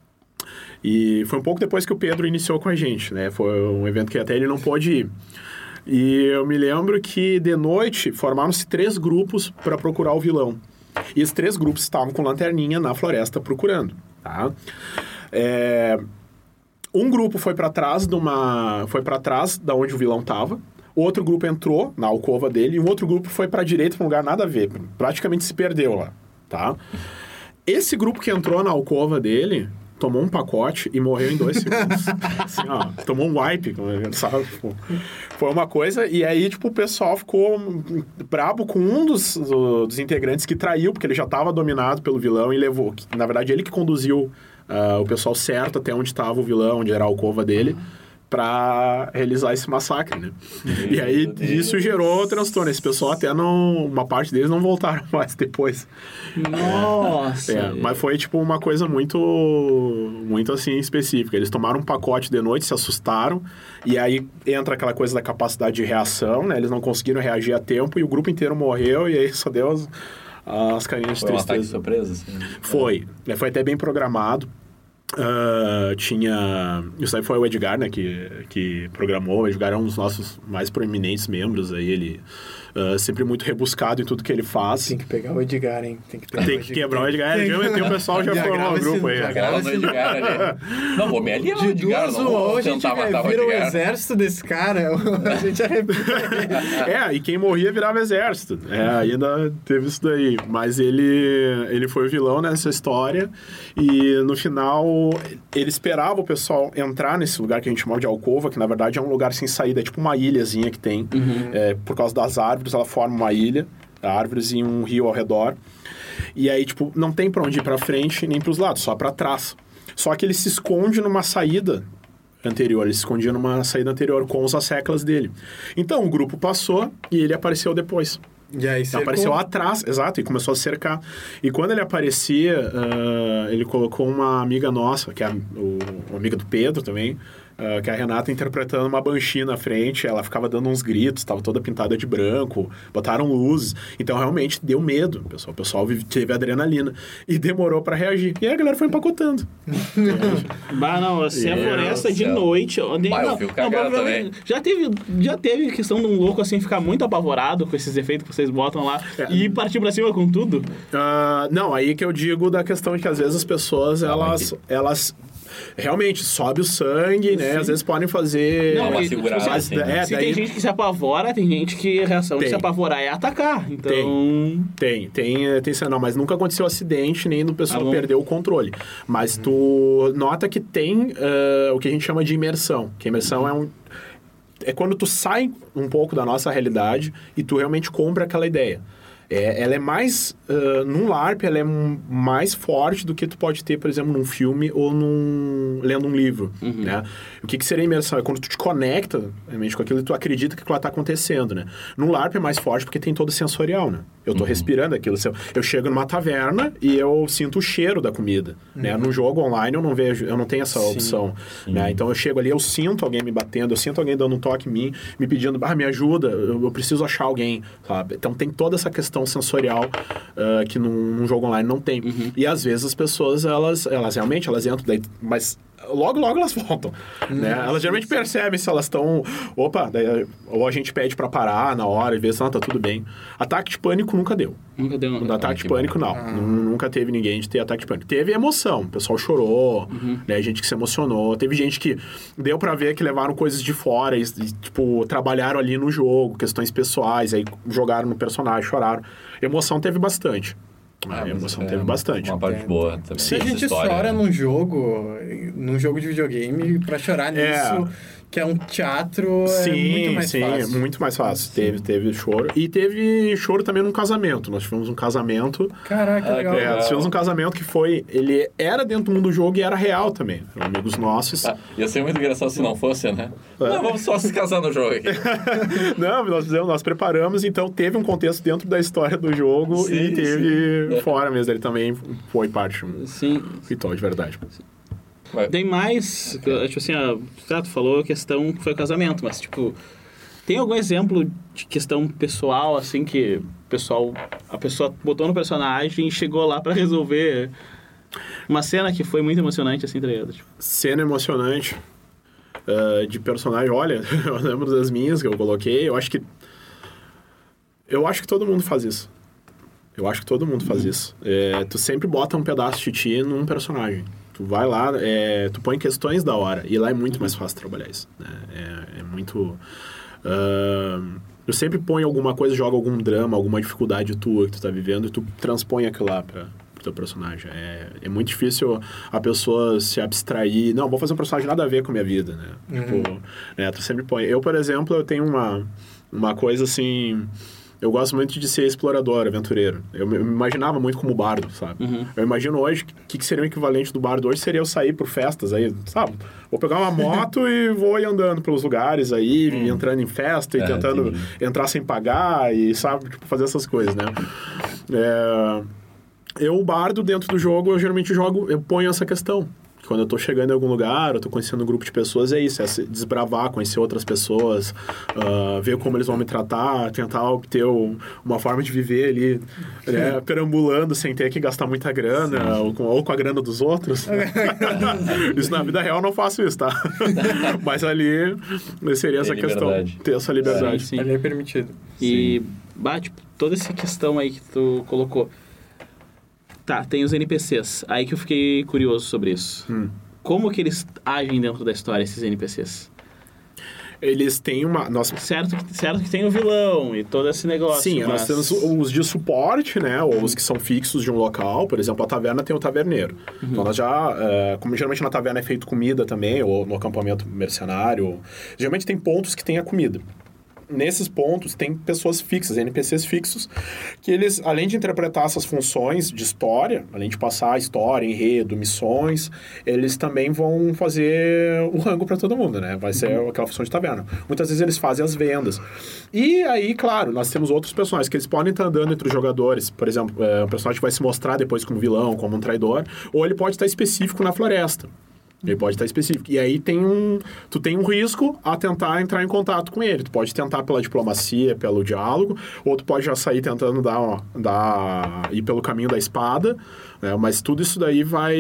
E foi um pouco depois que o Pedro iniciou com a gente, né? Foi um evento que até ele não pôde ir. E eu me lembro que de noite formaram-se três grupos para procurar o vilão. E esses três grupos estavam com lanterninha na floresta procurando, tá? É... Um grupo foi para trás de uma, foi para trás da onde o vilão tava. Outro grupo entrou na alcova dele e um outro grupo foi para direita para um lugar nada a ver, praticamente se perdeu lá, tá? Esse grupo que entrou na alcova dele tomou um pacote e morreu em dois segundos. Assim, ó, tomou um wipe, sabe? Foi uma coisa, e aí, tipo, o pessoal ficou brabo com um dos, dos integrantes que traiu, porque ele já estava dominado pelo vilão e levou, na verdade, ele que conduziu Uh, o pessoal certo até onde estava o vilão, onde era a alcova dele, para realizar esse massacre, né? Meu e aí, Deus. Isso gerou transtorno. Esse pessoal até não... Uma parte deles não voltaram mais depois. Nossa! É, mas foi, tipo, uma coisa muito... Muito, assim, específica. Eles tomaram um pacote de noite, se assustaram, e aí entra aquela coisa da capacidade de reação, né? Eles não conseguiram reagir a tempo, e o grupo inteiro morreu, e aí só deu as, as carinhas de foi tristeza. Foi um ataque de surpresa, assim? Foi. É. Foi até bem programado. Uh, tinha... Isso aí foi o Edgar, né, que, que programou. O Edgar é um dos nossos mais proeminentes membros aí. Ele Uh, sempre muito rebuscado em tudo que ele faz. Tem que pegar o Edgar, hein? Tem que, pegar Tem que quebrar o Edgar. Já meteu o pessoal, já formou o grupo aí. Aquela no Edgar ali. Não, vou me aliar no De Edgar, duas não uma, ou vou a gente tentar matar o vira o Edgar. exército desse cara, a gente arrebenta. É, e quem morria virava exército. É, ainda teve isso daí. Mas ele, ele foi o vilão nessa história e no final ele esperava o pessoal entrar nesse lugar que a gente chama de alcova, que na verdade é um lugar sem saída, é tipo uma ilhazinha que tem. Uhum. É, por causa das árvores, ela forma uma ilha, árvores e um rio ao redor. E aí, tipo, não tem pra onde ir pra frente nem pros lados, só pra trás. Só que ele se esconde numa saída anterior, ele se escondia numa saída anterior com os asseclas dele. Então, o grupo passou e ele apareceu depois. E aí cercou. Apareceu atrás, exato, e começou a cercar. E quando ele aparecia, uh, ele colocou uma amiga nossa, que é a, o, uma amiga do Pedro também, uh, que é a Renata, interpretando uma Banshee na frente. Ela ficava dando uns gritos, estava toda pintada de branco, botaram luzes. Então, realmente, deu medo. O pessoal, o pessoal teve adrenalina. E demorou para reagir. E aí a galera foi empacotando. Bah, não, assim, a Meu floresta Deus de céu. noite... Onde, Bah, eu não, fico não, cagado provavelmente- já teve, já teve questão de um louco, assim, ficar muito apavorado com esses efeitos que vocês botam lá É. e partir pra cima com tudo. Uh, não, aí que eu digo da questão de que às vezes as pessoas, elas... elas realmente, sobe o sangue, né? Sim. Às vezes podem fazer... Dá uma porque, segurada, tipo, assim, é, né? Se daí- tem gente que se apavora, tem gente que a reação de Tem. se apavorar é atacar. Então... Tem, tem, eh, tem não, mas nunca aconteceu acidente, nem do pessoal Ah, bom. perder o controle. Mas tu nota que tem uh, o que a gente chama de imersão. Que a imersão é um... É quando tu sai um pouco da nossa realidade e tu realmente compra aquela ideia. É, ela é mais... Uh, num LARP, ela é um- mais forte do que tu pode ter, por exemplo, num filme ou num, lendo um livro, Uhum. né? O que, que seria imersão? É quando tu te conecta realmente com aquilo e tu acredita que aquilo está acontecendo, né? No LARP é mais forte porque tem todo o sensorial, né? Eu tô respirando aquilo. Se Eu, eu chego numa taverna e eu sinto o cheiro da comida, né? No jogo online eu não vejo, eu não tenho essa opção, né? Então eu chego ali, eu sinto alguém me batendo, eu sinto alguém dando um toque em mim, me pedindo, ah, me ajuda, eu, eu preciso achar alguém, sabe? Então tem toda essa questão sensorial uh, que num, num jogo online não tem. Uhum. E às vezes as pessoas, elas, elas realmente, elas entram daí, mas logo, logo elas voltam, né? Elas geralmente percebem se elas estão... Opa, daí, ou a gente pede pra parar na hora e ver se não, tá tudo bem. Ataque de pânico nunca deu. Nunca deu No uma... ataque de que pânico, não. Nun- Nunca teve ninguém de ter ataque de pânico. Teve emoção. O pessoal chorou, né? Gente que se emocionou. Teve gente que deu pra ver que levaram coisas de fora e, e, tipo, trabalharam ali no jogo, questões pessoais, aí jogaram no personagem, choraram. Emoção teve bastante. Ah, a mas emoção é teve bastante. Uma parte boa também. Se a dessa gente história, chora né? num jogo, num jogo de videogame, pra chorar É. nisso, que é um teatro, Sim, é muito mais sim, fácil. muito mais fácil. Teve, teve choro. E teve choro também num casamento. Nós tivemos um casamento. Caraca, Ah, legal. que É, legal. nós tivemos um casamento que foi... Ele era dentro do mundo do jogo e era real também. Eram amigos nossos. Ah, ia ser muito engraçado se não fosse, né? É. Não, vamos só se casar no jogo aqui. Não, nós fizemos, nós preparamos, então teve um contexto dentro da história do jogo Sim, e teve sim. fora mesmo. Ele também foi parte. Sim. Então, de verdade. Vai. Tem mais, que, tipo assim, a, tá, tu falou a questão que foi o casamento, mas, tipo, tem algum exemplo de questão pessoal, assim, que o pessoal, a pessoa botou no personagem e chegou lá pra resolver uma cena que foi muito emocionante, assim, tá ligado? Tipo, Cena emocionante uh, de personagem. Olha, eu lembro das minhas que eu coloquei. Eu acho que... Eu acho que todo mundo faz isso. Eu acho que todo mundo faz isso. É, tu sempre bota um pedaço de ti num personagem. Tu vai lá, é, tu põe questões da hora. E lá é muito mais fácil trabalhar isso. Né? É, é muito... Uh, eu sempre ponho alguma coisa, jogo algum drama, alguma dificuldade tua que tu tá vivendo e tu transpõe aquilo lá pra, pro teu personagem. É, é muito difícil a pessoa se abstrair. Não, vou fazer um personagem nada a ver com a minha vida, né? Uhum. Tipo, né, tu sempre põe... Eu, por exemplo, eu tenho uma, uma coisa assim... Eu gosto muito de ser explorador, aventureiro. Eu me eu me imaginava muito como bardo, sabe? Uhum. Eu imagino hoje, o que, que seria o equivalente do bardo hoje seria eu sair por festas aí, sabe? Vou pegar uma moto e vou ir andando pelos lugares aí, Hum. entrando em festa e É, tentando entendi. entrar sem pagar e, sabe, tipo, fazer essas coisas, né? É... Eu, o bardo, dentro do jogo, eu geralmente jogo, eu ponho essa questão. Quando eu tô chegando em algum lugar, eu tô conhecendo um grupo de pessoas, é isso, é se desbravar, conhecer outras pessoas, uh, ver como eles vão me tratar, tentar obter um, uma forma de viver ali, né, perambulando sem ter que gastar muita grana, ou com, ou com a grana dos outros. Isso na vida real eu não faço isso, tá? Mas ali seria essa questão, ter essa liberdade. Sim, sim. Ali é permitido. E, bah, tipo, toda essa questão aí que tu colocou... Tá, tem os N P Cs. Aí que eu fiquei curioso sobre isso. Hum. Como que eles agem dentro da história, esses N P Cs? Eles têm uma... Nossa, Certo que, certo que tem o vilão e todo esse negócio, sim, mas... nós temos os de suporte, né? Ou os que são fixos de um local. Por exemplo, a taverna tem o taverneiro. Uhum. Então, nós já... É, como geralmente na taverna é feito comida também, ou no acampamento mercenário, geralmente tem pontos que tem a comida. Nesses pontos, tem pessoas fixas, N P Cs fixos, que eles, além de interpretar essas funções de história, além de passar a história, enredo, missões, eles também vão fazer o rango para todo mundo, né? Vai ser aquela função de taverna. Muitas vezes eles fazem as vendas. E aí, claro, nós temos outros personagens que eles podem estar andando entre os jogadores. Por exemplo, é, um personagem que vai se mostrar depois como vilão, como um traidor, ou ele pode estar específico na floresta. Ele pode estar específico. E aí tem um, tu tem um risco a tentar entrar em contato com ele. Tu pode tentar pela diplomacia, pelo diálogo, ou tu pode já sair tentando dar, ó, dar ir pelo caminho da espada, né? Mas tudo isso daí vai,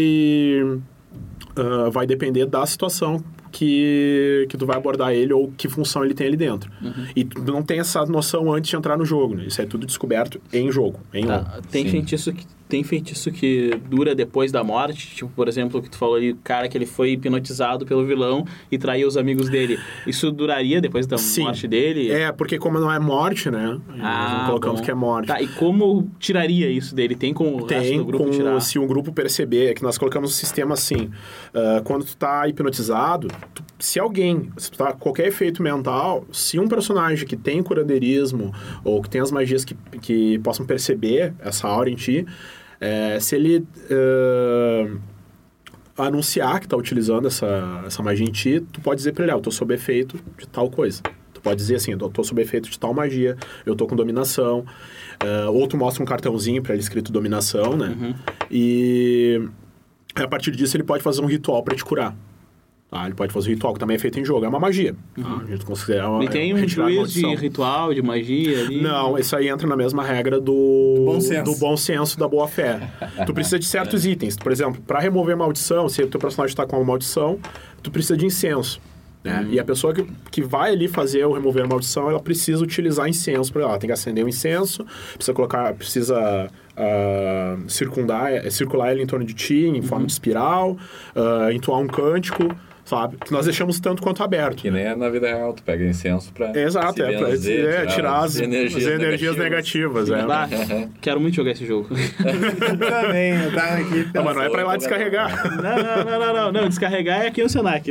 uh, vai depender da situação que, que tu vai abordar ele ou que função ele tem ali dentro. Uhum. E tu não tem essa noção antes de entrar no jogo, né? Isso é tudo descoberto em jogo, em tá. Tem feitiço que Tem feitiço que dura depois da morte? Tipo, por exemplo, o que tu falou ali, o cara que ele foi hipnotizado pelo vilão e traiu os amigos dele. Isso duraria depois da Sim. morte dele? É, porque como não é morte, né? Ah, nós não colocamos bom. que é morte. Tá, e como tiraria isso dele? Tem como o Tem resto do grupo com, tirar? Se um grupo perceber, é que nós colocamos um sistema assim, uh, quando tu tá hipnotizado, tu, se alguém, se tu tá qualquer efeito mental, se um personagem que tem curanderismo ou que tem as magias que, que possam perceber essa aura em ti, É, se ele uh, anunciar que está utilizando essa, essa magia em ti, tu pode dizer para ele, ah, eu estou sob efeito de tal coisa. Tu pode dizer assim, eu estou sob efeito de tal magia, eu estou com dominação. Uh, ou tu mostra um cartãozinho para ele escrito dominação, né? Uhum. E a partir disso ele pode fazer um ritual para te curar. Ah, ele pode fazer um ritual, que também é feito em jogo. É uma magia. Uhum. Ah, a gente considera uma, e tem um juiz de ritual, de magia ali? Não, isso aí entra na mesma regra do, do, bom, senso. do bom senso, da boa fé. Tu precisa de certos itens. Por exemplo, para remover maldição, se o teu personagem está com uma maldição, tu precisa de incenso. Né? Uhum. E a pessoa que, que vai ali fazer o remover a maldição, ela precisa utilizar incenso para ela. Ela tem que acender um incenso, precisa colocar, precisa uh, circundar, circular ele em torno de ti, em forma uhum. de espiral, uh, entoar um cântico, sabe? Que nós deixamos tanto quanto aberto. Que nem na vida real, tu pega incenso pra... Exato, se é, pra benzer, é, tirar as, as energias, as energias negativas. negativas é. Quero muito jogar esse jogo. Também, eu tava aqui... Não, mas não é pra ir lá descarregar. Não, não, não, não, não, não. Descarregar é aqui no Senac.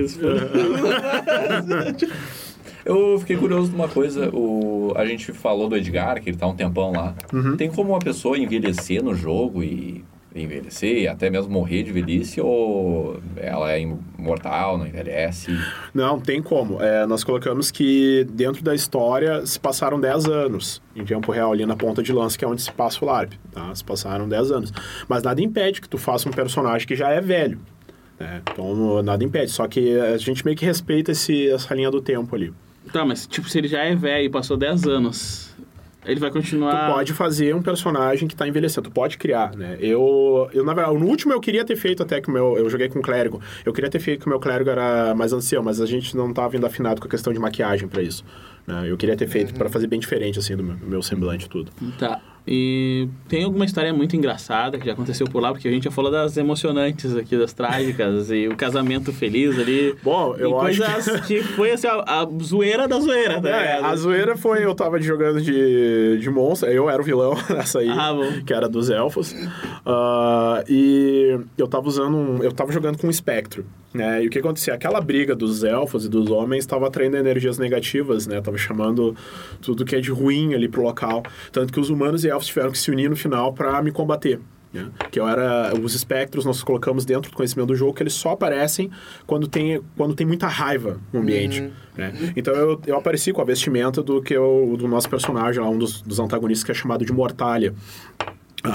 Eu fiquei curioso de uma coisa, o... a gente falou do Edgar, que ele tá um tempão lá. Uhum. Tem como uma pessoa envelhecer no jogo e... envelhecer, até mesmo morrer de velhice, ou ela é imortal, não envelhece? Não, tem como. É, nós colocamos que dentro da história se passaram dez anos em tempo real ali na ponta de lança, que é onde se passa o LARP, tá? Se passaram dez anos. Mas nada impede que tu faça um personagem que já é velho, né? Então, nada impede. Só que a gente meio que respeita esse, essa linha do tempo ali. Tá, mas tipo, se ele já é velho e passou dez anos... Ele vai continuar... Tu pode fazer um personagem que tá envelhecendo, tu pode criar, né? Eu, eu, na verdade, no último eu queria ter feito até que o meu... Eu joguei com o clérigo. Eu queria ter feito que o meu clérigo era mais ancião, mas a gente não tava vindo afinado com a questão de maquiagem pra isso, né? Eu queria ter feito uhum. pra fazer bem diferente, assim, do meu, do meu semblante e tudo. Tá. E tem alguma história muito engraçada que já aconteceu por lá, porque a gente já falou das emocionantes aqui, das trágicas, e o casamento feliz ali. Bom, eu acho coisas que... que foi assim, a, a zoeira da zoeira, tá é, a zoeira foi, eu tava jogando de, de monstro, eu era o vilão nessa aí, ah, que era dos elfos, uh, e eu tava usando um, eu tava jogando com um espectro, né, e o que acontecia? Aquela briga dos elfos e dos homens tava atraindo energias negativas, né, tava chamando tudo que é de ruim ali pro local, tanto que os humanos e elfos tiveram que se unir no final para me combater, né? Que eu era os espectros, nós colocamos dentro do conhecimento do jogo que eles só aparecem quando tem, quando tem muita raiva no ambiente, uhum. né? Então eu, eu apareci com a vestimenta do que eu, do nosso personagem lá, um dos, dos antagonistas, que é chamado de Mortalha.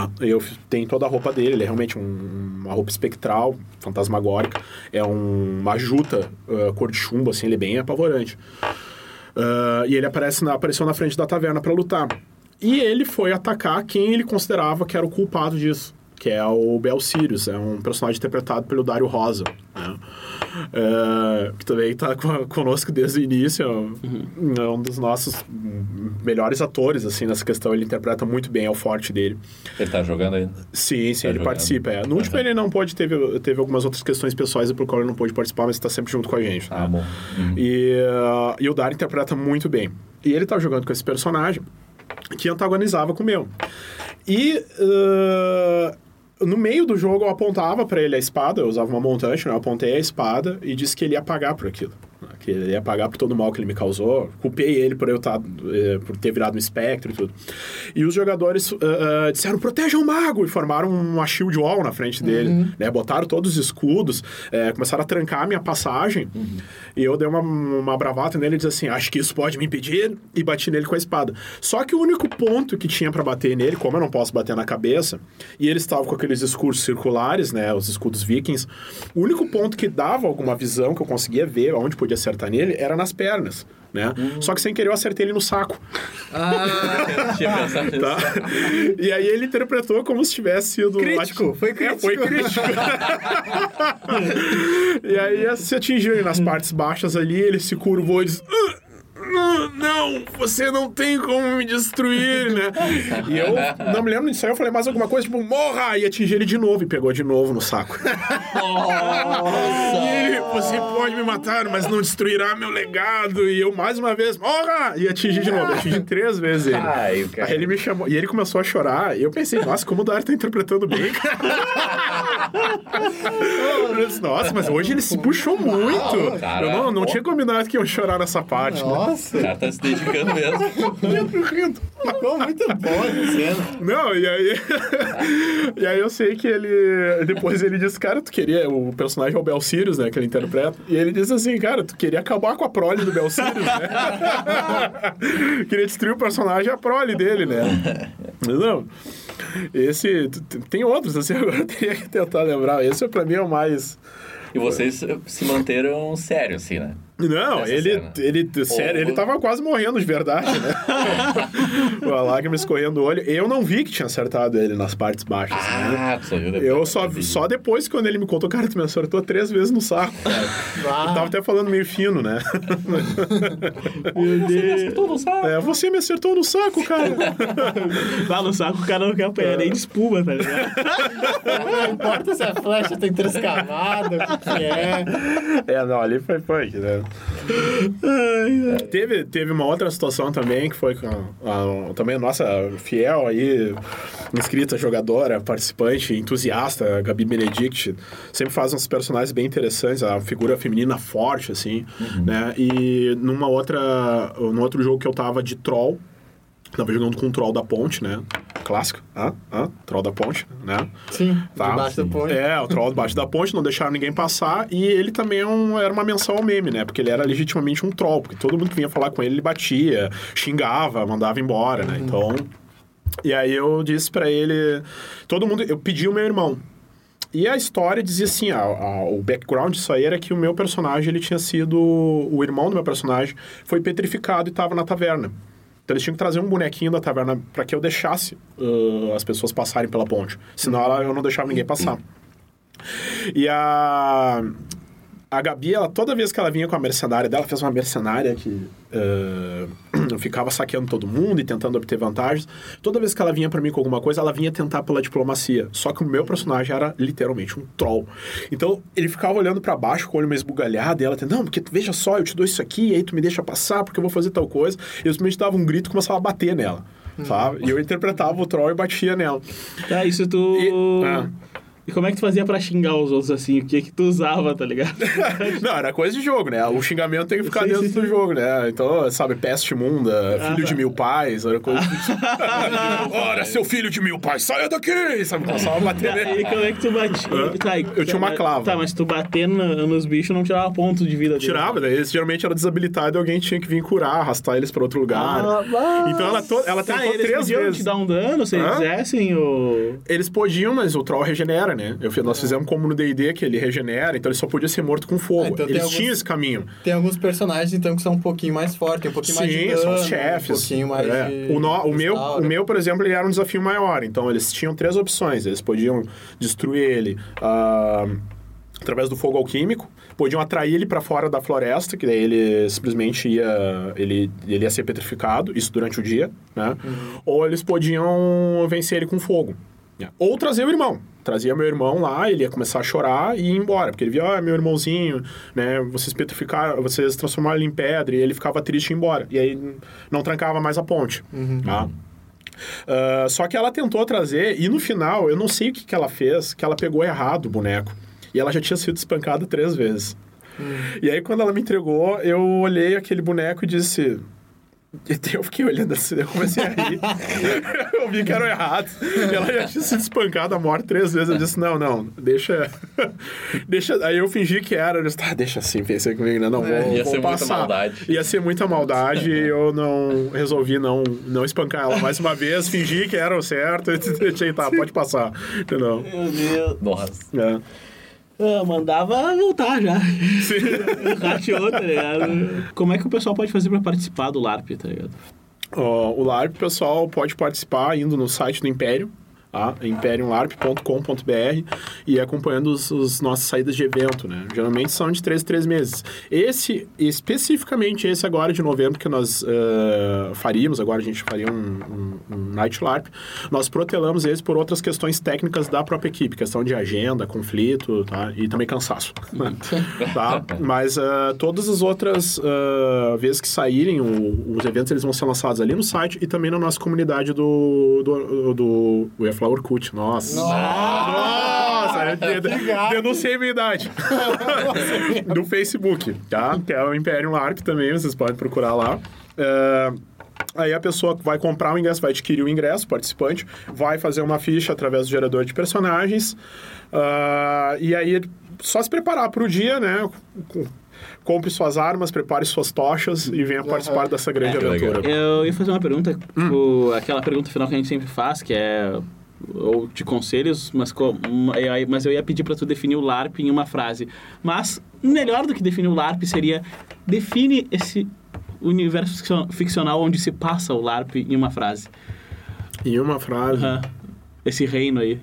Tá? Eu tenho toda a roupa dele, ele é realmente um, uma roupa espectral, fantasmagórica. É um, uma juta uh, cor de chumbo, assim, ele é bem apavorante. Uh, e ele aparece na, apareceu na frente da taverna para lutar. E ele foi atacar quem ele considerava que era o culpado disso, que é o Bel Sirius, é um personagem interpretado pelo Dario Rosa, né? Uh, que também está conosco desde o início, uhum. é um dos nossos melhores atores, assim, nessa questão. Ele interpreta muito bem, é o forte dele. Ele está jogando ainda? Sim, sim, tá ele jogando. participa. É. No uhum. último ele não pôde, teve, teve algumas outras questões pessoais por qual ele não pôde participar, mas está sempre junto com a gente. Ah, né? bom. Uhum. E, uh, e o Dario interpreta muito bem. E ele está jogando com esse personagem que antagonizava com o meu. E... Uh, no meio do jogo eu apontava pra ele a espada, eu usava uma montante, né? Eu apontei a espada e disse que ele ia pagar por aquilo. Que ele ia pagar por todo o mal que ele me causou. Culpei ele por eu tá, por ter virado um espectro e tudo. E os jogadores uh, uh, disseram, proteja o mago! E formaram uma shield wall na frente dele. Uhum. Né? Botaram todos os escudos, uh, começaram a trancar a minha passagem. Uhum. E eu dei uma, uma bravata nele e disse assim, acho que isso pode me impedir. E bati nele com a espada. Só que o único ponto que tinha pra bater nele, como eu não posso bater na cabeça, e eles estavam com aqueles escudos circulares, né? Os escudos vikings. O único ponto que dava alguma visão, que eu conseguia ver onde podia acertar nele, era nas pernas, né? Uhum. Só que sem querer eu acertei ele no saco. Ah, eu tinha pensado nisso. Tá? E aí ele interpretou como se tivesse sido... Crítico, foi crítico. É, foi crítico. E aí se atingiu ele nas partes baixas ali, ele se curvou e disse... Não, não, você não tem como me destruir, né? E eu não me lembro disso aí, eu falei mais alguma coisa, tipo, morra! E atingi ele de novo e pegou de novo no saco. Nossa! E ele, você pode me matar, mas não destruirá meu legado. E eu mais uma vez, morra! E atingi de novo, atingi três vezes ele. Ai, cara. Aí ele me chamou, e ele começou a chorar, e eu pensei, nossa, como o Dario tá interpretando bem, cara. Eu disse, nossa, mas hoje ele se puxou muito. Cara, eu não, não tinha combinado que iam chorar nessa parte, nossa. né? O cara tá se dedicando mesmo. rindo. Ficou muito bom essa cena. Não, e aí... e aí eu sei que ele... Depois ele disse, cara, tu queria... O personagem é o Bel Sirius, né? Que ele interpreta. E ele disse assim, cara, tu queria acabar com a prole do Bel Sirius, né? Queria destruir o personagem e a prole dele, né? Não. Esse... Tem outros, assim, agora eu teria que tentar lembrar. Esse, pra mim, é o mais... E vocês se manteram sérios, assim, né? Não, Nessa ele, cena. ele, sério, Ou- ele tava quase morrendo de verdade, né? A lágrima escorrendo do olho. Eu não vi que tinha acertado ele nas partes baixas, né? Ah, tu só viu depois. Eu só, só depois, quando ele me contou, cara, tu me acertou três vezes no saco, cara. Ah. Eu tava até falando meio fino, né? Meu Deus. Acertou no saco. É, você me acertou no saco, cara. Lá no saco o cara não quer apanhar nem de espuma, tá ligado? Não importa se a flecha tem três camadas, o que é. É, não, ali foi punk, né? Teve, teve uma outra situação também, que foi com a, a, também a nossa fiel aí, inscrita, jogadora, participante, entusiasta, a Gabi Benedict, sempre faz uns personagens bem interessantes, a figura feminina forte, assim, uhum. né? E numa outra, num outro jogo que eu tava de troll, tava jogando com o troll da ponte, né? Clássico, ah, ah, troll da ponte, né? Sim, Tá. debaixo da ponte. É, o troll debaixo da ponte, não deixaram ninguém passar, e ele também é um, era uma menção ao meme, né? Porque ele era legitimamente um troll, porque todo mundo que vinha falar com ele, ele batia, xingava, mandava embora, né? Então, e aí eu disse pra ele, todo mundo, eu pedi o meu irmão. E a história dizia assim, a, a, o background disso aí era que o meu personagem, ele tinha sido, o irmão do meu personagem foi petrificado e tava na taverna. Então eles tinham que trazer um bonequinho da taverna para que eu deixasse uh, as pessoas passarem pela ponte. Senão ela, eu não deixava ninguém passar. E a... A Gabi, ela, toda vez que ela vinha com a mercenária dela, fez uma mercenária que uh, ficava saqueando todo mundo e tentando obter vantagens. Toda vez que ela vinha pra mim com alguma coisa, ela vinha tentar pela diplomacia. Só que o meu personagem era literalmente um troll. Então, ele ficava olhando pra baixo com o olho meio esbugalhado e ela tentando, não, porque veja só, eu te dou isso aqui, e aí tu me deixa passar porque eu vou fazer tal coisa. E eu simplesmente dava um grito e começava a bater nela, sabe? E eu interpretava o troll e batia nela. Tá, isso tu... E, ah. E como é que tu fazia pra xingar os outros assim? O que que tu usava, tá ligado? Não, era coisa de jogo, né? O xingamento tem que ficar Sim, dentro sim, do sim. jogo, né? Então, sabe, peste imunda, filho Ah, de mil pais, era coisa de... Ora, seu filho de mil pais, saia daqui! Sabe, começava a bater E nele. como é que tu batia? Tá, e- Eu tinha uma tá, clava. Tá, mas tu bater no- nos bichos não tirava ponto de vida dele. Tirava, daí eles geralmente eram desabilitados e alguém tinha que vir curar, arrastar eles pra outro lugar. Ah, mas... Então ela, to... ela Tá, tentou eles três podiam vezes. te dar um dano se eles Hã? quisessem, ou... Eles podiam, mas o troll regenera, né? Eu, fiz- nós fizemos como no D e D, que ele regenera, então ele só podia ser morto com fogo. Ah, então tem eles alguns- tinham esse caminho. Tem alguns personagens, então, que são um pouquinho mais fortes, um pouquinho mais de Sim, dano, são os chefes. um pouquinho mais É. de... o, no- o, meu, restauro. o meu, por exemplo, ele era um desafio maior. Então, eles tinham três opções. Eles podiam destruir ele ah, através do fogo alquímico, podiam atrair ele para fora da floresta, que daí ele simplesmente ia, ele, ele ia ser petrificado, isso durante o dia, né? Uhum. Ou eles podiam vencer ele com fogo. Ou trazer o irmão. Trazia meu irmão lá, ele ia começar a chorar e ir embora. Porque ele via, ah, meu irmãozinho, né? Vocês petrificaram, vocês transformaram ele em pedra. E ele ficava triste e ia embora. E aí não trancava mais a ponte. Uhum. Tá? Ah, só que ela tentou trazer, e no final, eu não sei o que, que ela fez, que ela pegou errado o boneco. E ela já tinha sido espancada três vezes. E aí, quando ela me entregou, eu olhei aquele boneco e disse... Eu fiquei olhando assim, eu comecei a rir. Eu vi que eram errados. E ela já tinha sido espancada a morte três vezes. Eu disse, não, não, deixa... deixa... Aí eu fingi que era. Eu disse, tá, deixa assim, pensei comigo, né? Não, vou, Ia vou ser muita passar. maldade. Ia ser muita maldade e eu não... Resolvi não, não espancar ela mais uma vez. Fingi que era o certo. E deixei, tá, pode passar. Entendeu? Meu Deus. Nossa. É. Ah, mandava voltar já. Rateou, tá ligado? Como é que o pessoal pode fazer pra participar do LARP, tá ligado? Ó, o LARP, pessoal, pode participar indo no site do Império, tá? imperium larp ponto com ponto b r e acompanhando os, os nossas saídas de evento, né? Geralmente são de três em três meses. Esse, especificamente esse agora de novembro que nós uh, faríamos, agora a gente faria um, um, um Night LARP, nós protelamos esse por outras questões técnicas da própria equipe, questão de agenda, conflito, tá? E também cansaço, tá? Mas uh, todas as outras uh, vezes que saírem, o, os eventos eles vão ser lançados ali no site e também na nossa comunidade do, do, do eu ia falar Orkut, nossa. Nossa, eu de- de- denunciei minha idade. Do Facebook, tá? Que é o Imperium LARP também, vocês podem procurar lá. É, aí a pessoa vai comprar o ingresso, vai adquirir o ingresso, o participante, vai fazer uma ficha através do gerador de personagens, ah, e aí só se preparar para o dia, né? Com- Compre suas armas, prepare suas tochas e venha participar dessa grande É, que aventura. legal. Eu ia fazer uma pergunta, Hum. tipo, aquela pergunta final que a gente sempre faz, que é ou de conselhos, mas, co- aí- mas eu ia pedir pra tu definir o LARP em uma frase. Mas melhor do que definir o LARP seria define esse universo ficcio- ficcional onde se passa o LARP em uma frase. Em uma frase. Aham. Esse reino aí.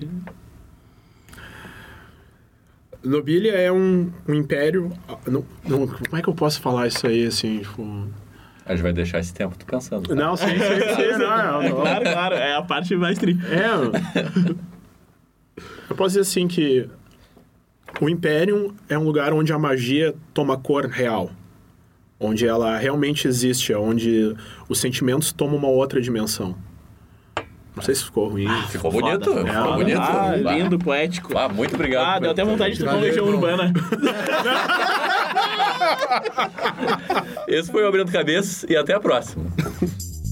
Nobilia é um, um império... Não, não, como é que eu posso falar isso aí, assim, tipo... A gente vai deixar esse tempo tu pensando. Tá? Não, sim, sim, sim, não, não. Claro, claro, é a parte mais tri. É. Eu posso dizer assim que o Imperium é um lugar onde a magia toma cor real. Onde ela realmente existe, onde os sentimentos tomam uma outra dimensão. Não sei se ficou ruim. Ficou Foda, bonito, foda. ficou Ah, bonito. ah, Ah, lindo, poético. Ah, muito obrigado. Ah, deu até vontade de tocar uma Valeu, Legião irmão. Urbana. Esse foi o Abrindo Cabeças e até a próxima.